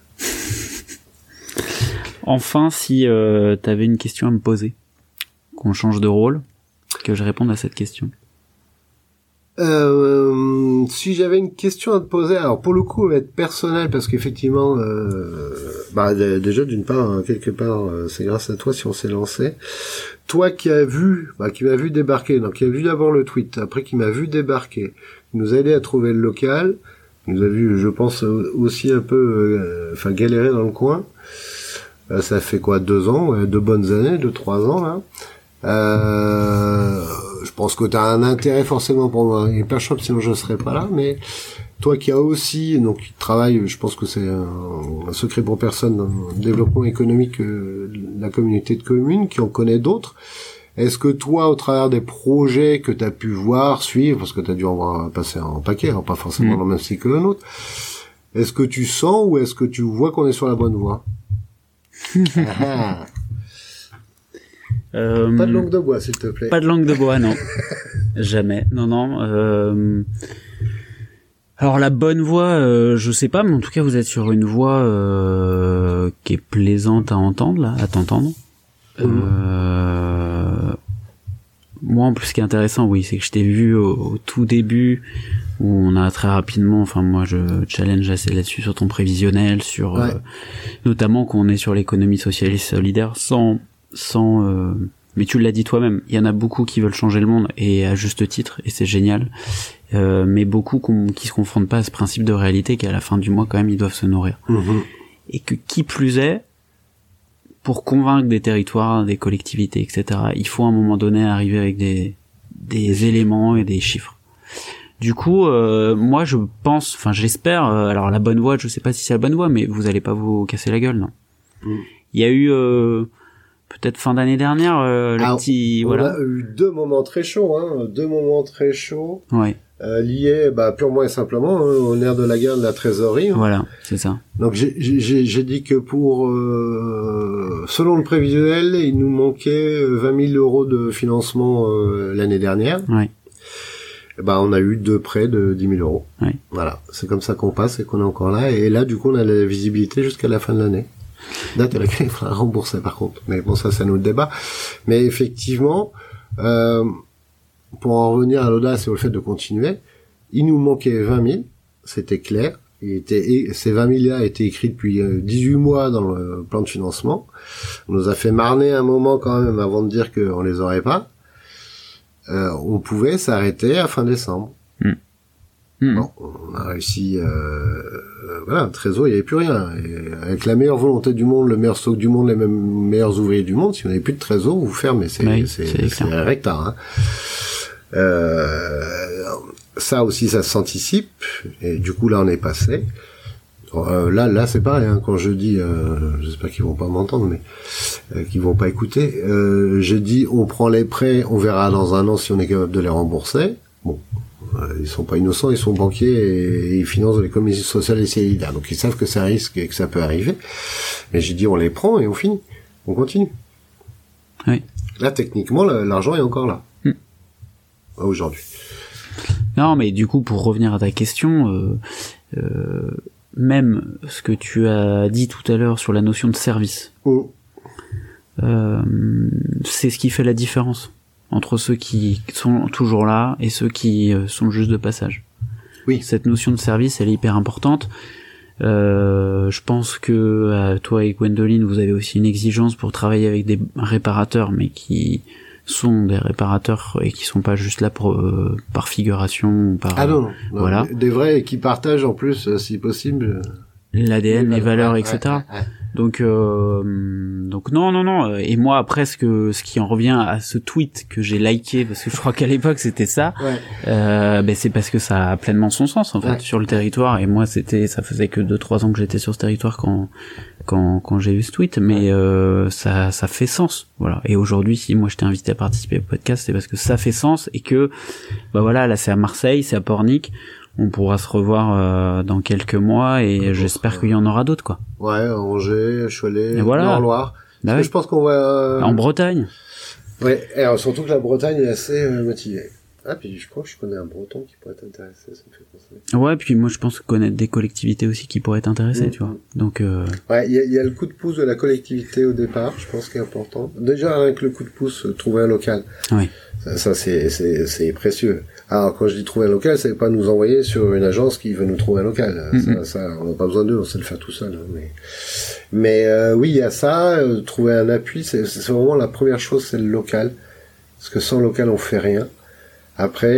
Enfin, si t'avais une question à me poser, qu'on change de rôle, que je réponde à cette question. Si j'avais une question à te poser, alors pour le coup, elle va être personnelle, parce qu'effectivement, déjà d'une part, quelque part, c'est grâce à toi si on s'est lancé. Toi qui m'as vu débarquer, donc qui a vu d'abord le tweet, après qui m'a vu débarquer, qui nous a aidé à trouver le local, qui nous a vu, je pense, aussi un peu, galérer dans le coin. Ça fait quoi, 2 ans, 2 bonnes années, 2-3 ans là. Je pense que tu as un intérêt forcément pour Hyper Shop, sinon je serais pas là, mais toi qui as aussi, donc qui travaille, je pense que c'est un secret pour personne dans le développement économique de la communauté de communes, qui en connaît d'autres. Est-ce que toi, au travers des projets que tu as pu voir, suivre, parce que tu as dû en voir passer en paquet, alors pas forcément dans le même style que le nôtre, est-ce que tu sens ou est-ce que tu vois qu'on est sur la bonne voie? Pas de langue de bois, s'il te plaît. Pas de langue de bois, non. Jamais. Non. Alors la bonne voie, je sais pas, mais en tout cas vous êtes sur une voie qui est plaisante à entendre, là, à t'entendre. Moi, en plus, ce qui est intéressant, oui, c'est que je t'ai vu au tout début, où on a très rapidement, enfin moi je challenge assez là-dessus sur ton prévisionnel, sur notamment qu'on est sur l'économie sociale et solidaire, sans mais tu l'as dit toi-même, il y en a beaucoup qui veulent changer le monde, et à juste titre, et c'est génial, mais beaucoup qui se confrontent pas à ce principe de réalité qu'à la fin du mois quand même ils doivent se nourrir. Et que qui plus est, pour convaincre des territoires, des collectivités, etc., il faut à un moment donné arriver avec des éléments et des chiffres. Du coup, moi je pense, enfin j'espère, alors la bonne voie, je sais pas si c'est la bonne voie, mais vous allez pas vous casser la gueule, non? Il y a eu peut-être fin d'année dernière, on a eu 2 moments très chauds, Ouais. Liés purement et simplement au nerf de la guerre de la trésorerie. Voilà, c'est ça. Donc j'ai dit que pour selon le prévisionnel, il nous manquait 20 000 euros de financement l'année dernière. Ouais. On a eu 2 prêts de 10 000 euros. Ouais. Voilà, c'est comme ça qu'on passe et qu'on est encore là. Et là, du coup, on a la visibilité jusqu'à la fin de l'année. Date à laquelle il faudra rembourser par contre. Mais bon, ça c'est un autre débat. Mais effectivement, pour en revenir à l'audace et au fait de continuer, il nous manquait 20 000, c'était clair. Ces 20 000 là étaient écrits depuis 18 mois dans le plan de financement. On nous a fait marner un moment quand même avant de dire qu'on les aurait pas. On pouvait s'arrêter à fin décembre. Bon, on a réussi, trésor, il n'y avait plus rien. Et avec la meilleure volonté du monde, le meilleur stock du monde, les meilleurs ouvriers du monde, si vous n'avez plus de trésor, vous fermez. C'est un rectard, hein. Ça aussi, ça s'anticipe. Et du coup, là, on est passé. Là, c'est pareil, hein, quand je dis, j'espère qu'ils vont pas m'entendre, mais qu'ils vont pas écouter. Je dis, on prend les prêts, on verra dans 1 an si on est capable de les rembourser. Bon. Ils sont pas innocents, ils sont banquiers et ils financent les commissions sociales et solidaires. Donc ils savent que c'est un risque et que ça peut arriver. Mais j'ai dit on les prend et on finit. On continue. Oui. Là, techniquement, l'argent est encore là. Aujourd'hui. Non, mais du coup, pour revenir à ta question, même ce que tu as dit tout à l'heure sur la notion de service, c'est ce qui fait la différence entre ceux qui sont toujours là et ceux qui sont juste de passage. Oui. Cette notion de service, elle est hyper importante. Je pense que toi et Gwendoline, vous avez aussi une exigence pour travailler avec des réparateurs, mais qui sont des réparateurs et qui sont pas juste là pour par figuration ou par non, voilà, des vrais qui partagent en plus si possible l'ADN, les valeurs, etc. Donc non. Et moi après ce qui en revient à ce tweet que j'ai liké, parce que je crois qu'à l'époque c'était ça, c'est parce que ça a pleinement son sens en fait sur le territoire. Et moi ça faisait que 2-3 ans que j'étais sur ce territoire quand j'ai eu ce tweet, mais ça fait sens, voilà. Et aujourd'hui, si moi je t'ai invité à participer au podcast, c'est parce que ça fait sens et que là c'est à Marseille, c'est à Pornic. On pourra se revoir dans quelques mois et j'espère qu'il y en aura d'autres, quoi. Ouais, Angers, Cholet, voilà. Nord-Loire. Bah oui. Je pense qu'on va... En Bretagne. Ouais, et alors, surtout que la Bretagne est assez motivée. Ah, puis je crois que je connais un Breton qui pourrait t'intéresser, ça me fait penser. Ouais, puis moi je pense connaître des collectivités aussi qui pourraient t'intéresser, tu vois. Donc ouais, il y a le coup de pouce de la collectivité au départ, je pense qu'il est important. Déjà avec le coup de pouce, trouver un local. Oui. Ça c'est précieux. Alors quand je dis trouver un local, c'est pas nous envoyer sur une agence qui veut nous trouver un local. Ça on n'a pas besoin d'eux, on sait le faire tout seul. Mais oui, il y a ça, trouver un appui, c'est vraiment la première chose, c'est le local. Parce que sans local, on fait rien. Après,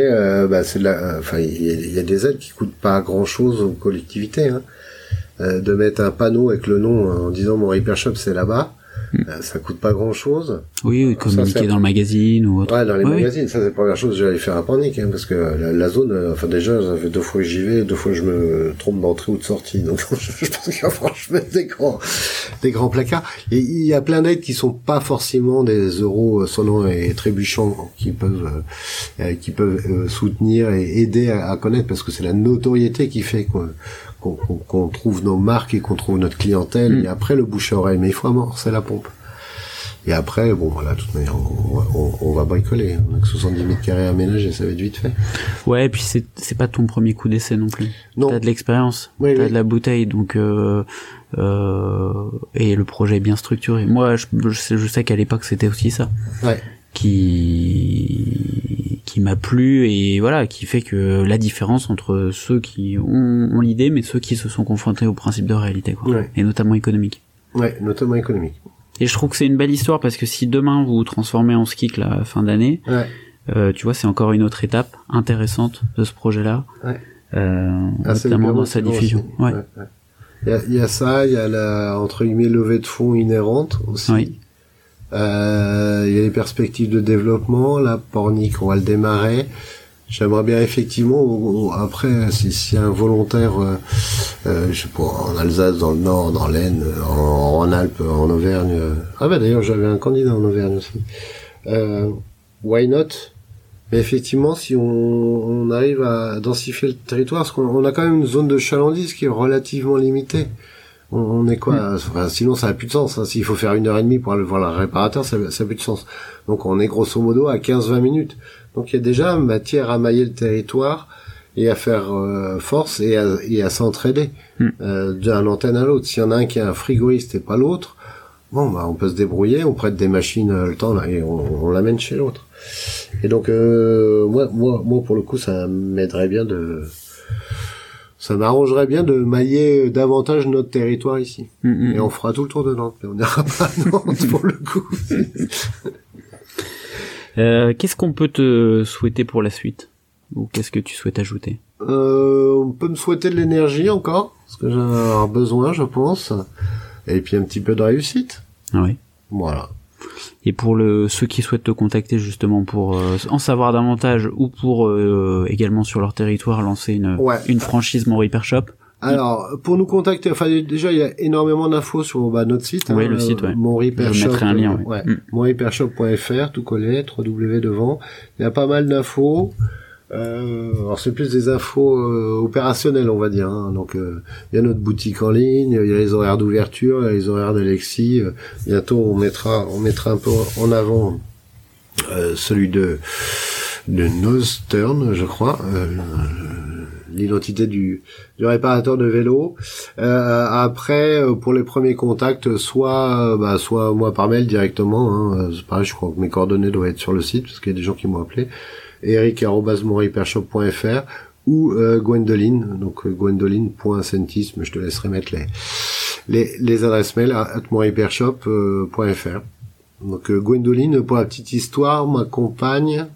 il y a des aides qui coûtent pas grand chose aux collectivités, de mettre un panneau avec le nom en disant mon repair shop c'est là-bas. Ça coûte pas grand chose. Oui, communiquer dans le magazine ou autre. Ouais, dans les magazines. Ça, c'est la première chose que j'allais faire à Pornic, parce que la zone, déjà, ça fait 2 fois que j'y vais, 2 fois que je me trompe d'entrée ou de sortie. Donc, je pense qu'il va franchement des grands placards. Et il y a plein d'aides qui sont pas forcément des euros sonnants et trébuchants qui peuvent soutenir et aider à connaître, parce que c'est la notoriété qui fait qu'on trouve nos marques et qu'on trouve notre clientèle. Et après, le bouche à oreille. Mais il faut amorcer la pompe. Et après, de toute manière, on va bricoler. On a que 70 mètres carrés à aménager, ça va être vite fait. Ouais, et puis c'est pas ton premier coup d'essai non plus. Non. T'as de l'expérience, t'as de la bouteille, donc et le projet est bien structuré. Moi, je sais qu'à l'époque, c'était aussi ça. Ouais. Qui m'a plu et voilà, qui fait que la différence entre ceux qui ont l'idée, mais ceux qui se sont confrontés au principe de réalité, quoi. Ouais. Et notamment économique. Ouais, notamment économique. Et je trouve que c'est une belle histoire parce que si demain vous vous transformez en Skik la fin d'année, tu vois, c'est encore une autre étape intéressante de ce projet-là, notamment dans sa diffusion. Ouais. Il y a ça, il y a la entre guillemets levée de fonds inhérente aussi. Oui. Il y a les perspectives de développement. Là, Pornic, on va le démarrer. J'aimerais bien effectivement, après, s'il y a un volontaire, je sais pas, en Alsace, dans le Nord, dans l'Aisne, en Rhône-Alpes, en Auvergne. D'ailleurs, j'avais un candidat en Auvergne aussi. Why not? Mais effectivement, si on arrive à densifier le territoire, parce qu'on a quand même une zone de chalandise qui est relativement limitée. On est quoi? Sinon, ça a plus de sens. S'il faut faire 1h30 pour aller voir le réparateur, ça a plus de sens. Donc, on est grosso modo à 15-20 minutes. Donc, il y a déjà matière à mailler le territoire et à faire force et à s'entraider d'une antenne à l'autre. S'il y en a un qui a un frigoriste et pas l'autre, on peut se débrouiller, on prête des machines le temps là et on l'amène chez l'autre. Et donc, moi, pour le coup, ça m'aiderait bien ça m'arrangerait bien de mailler davantage notre territoire ici. Et on fera tout le tour de Nantes, mais on n'ira pas à Nantes pour le coup. Qu'est-ce qu'on peut te souhaiter pour la suite? Ou qu'est-ce que tu souhaites ajouter? On peut me souhaiter de l'énergie encore, parce que j'en ai besoin, je pense. Et puis un petit peu de réussite. Oui. Voilà. Et pour ceux qui souhaitent te contacter justement pour en savoir davantage ou pour également sur leur territoire lancer une franchise Mon Repair Shop. Alors, pour nous contacter, déjà il y a énormément d'infos sur notre site. Oui, le site, ouais. Mon Repair Shop. Je mettrai un lien. Monrepairshop.fr, tout collé, 3W devant. Il y a pas mal d'infos. Alors c'est plus des infos opérationnelles, on va dire. Hein. Donc il y a notre boutique en ligne, il y a les horaires d'ouverture, il y a les horaires d'Alexis. Bientôt on mettra un peu en avant celui de Northern, je crois, l'identité du réparateur de vélo. Après, pour les premiers contacts, soit moi par mail directement. Hein, c'est pareil, je crois que mes coordonnées doivent être sur le site parce qu'il y a des gens qui m'ont appelé. eric@monrepairshop.fr ou Gwendoline, donc gwendoline.sentis, mais je te laisserai mettre les adresses mail à monrepairshop.fr. Donc Gwendoline, pour la petite histoire, ma compagne,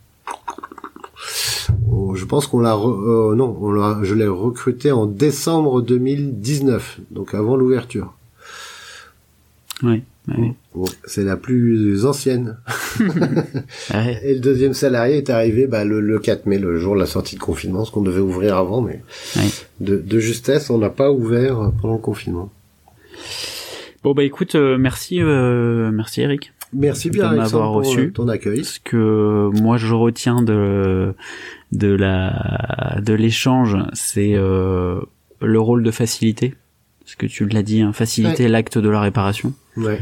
je pense qu'on je l'ai recrutée en décembre 2019, donc avant l'ouverture. Oui. Bon, c'est la plus ancienne. Ouais. Et le deuxième salarié est arrivé le 4 mai, le jour de la sortie de confinement, parce qu'on devait ouvrir avant, mais de justesse, on n'a pas ouvert pendant le confinement. Bon écoute, merci Eric. Merci bien de m'avoir reçu. Ton accueil. Ce que moi je retiens de l'échange, c'est le rôle de faciliter. Ce que tu l'as dit, hein, faciliter l'acte de la réparation. Ouais.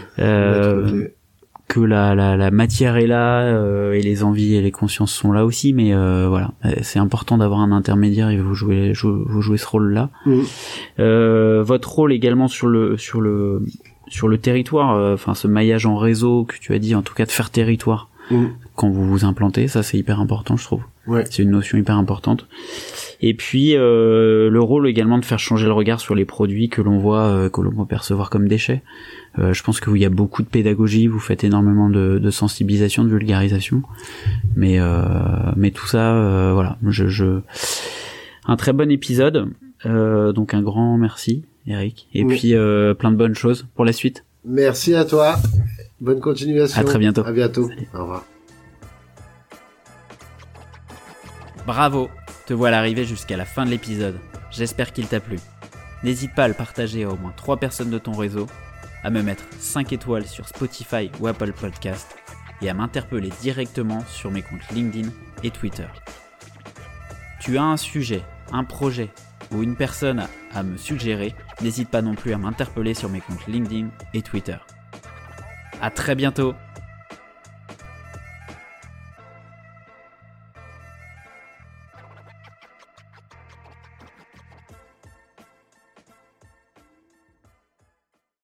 Que la matière est là et les envies et les consciences sont là aussi, mais voilà, c'est important d'avoir un intermédiaire et vous jouez ce rôle-là. Votre rôle également sur le territoire, enfin ce maillage en réseau que tu as dit, en tout cas de faire territoire quand vous vous implantez, ça c'est hyper important, je trouve. Ouais. C'est une notion hyper importante. Et puis le rôle également de faire changer le regard sur les produits que l'on voit percevoir comme déchets. Je pense que il y a beaucoup de pédagogie, vous faites énormément de sensibilisation, de vulgarisation, mais tout ça, voilà, un très bon épisode. Donc un grand merci, Eric, et puis plein de bonnes choses pour la suite. Merci à toi. Bonne continuation. À très bientôt. À bientôt. Salut. Au revoir. Bravo, te voilà arrivé jusqu'à la fin de l'épisode. J'espère qu'il t'a plu. N'hésite pas à le partager à au moins 3 personnes de ton réseau, à me mettre 5 étoiles sur Spotify ou Apple Podcast et à m'interpeller directement sur mes comptes LinkedIn et Twitter. Tu as un sujet, un projet ou une personne à me suggérer, n'hésite pas non plus à m'interpeller sur mes comptes LinkedIn et Twitter. À très bientôt.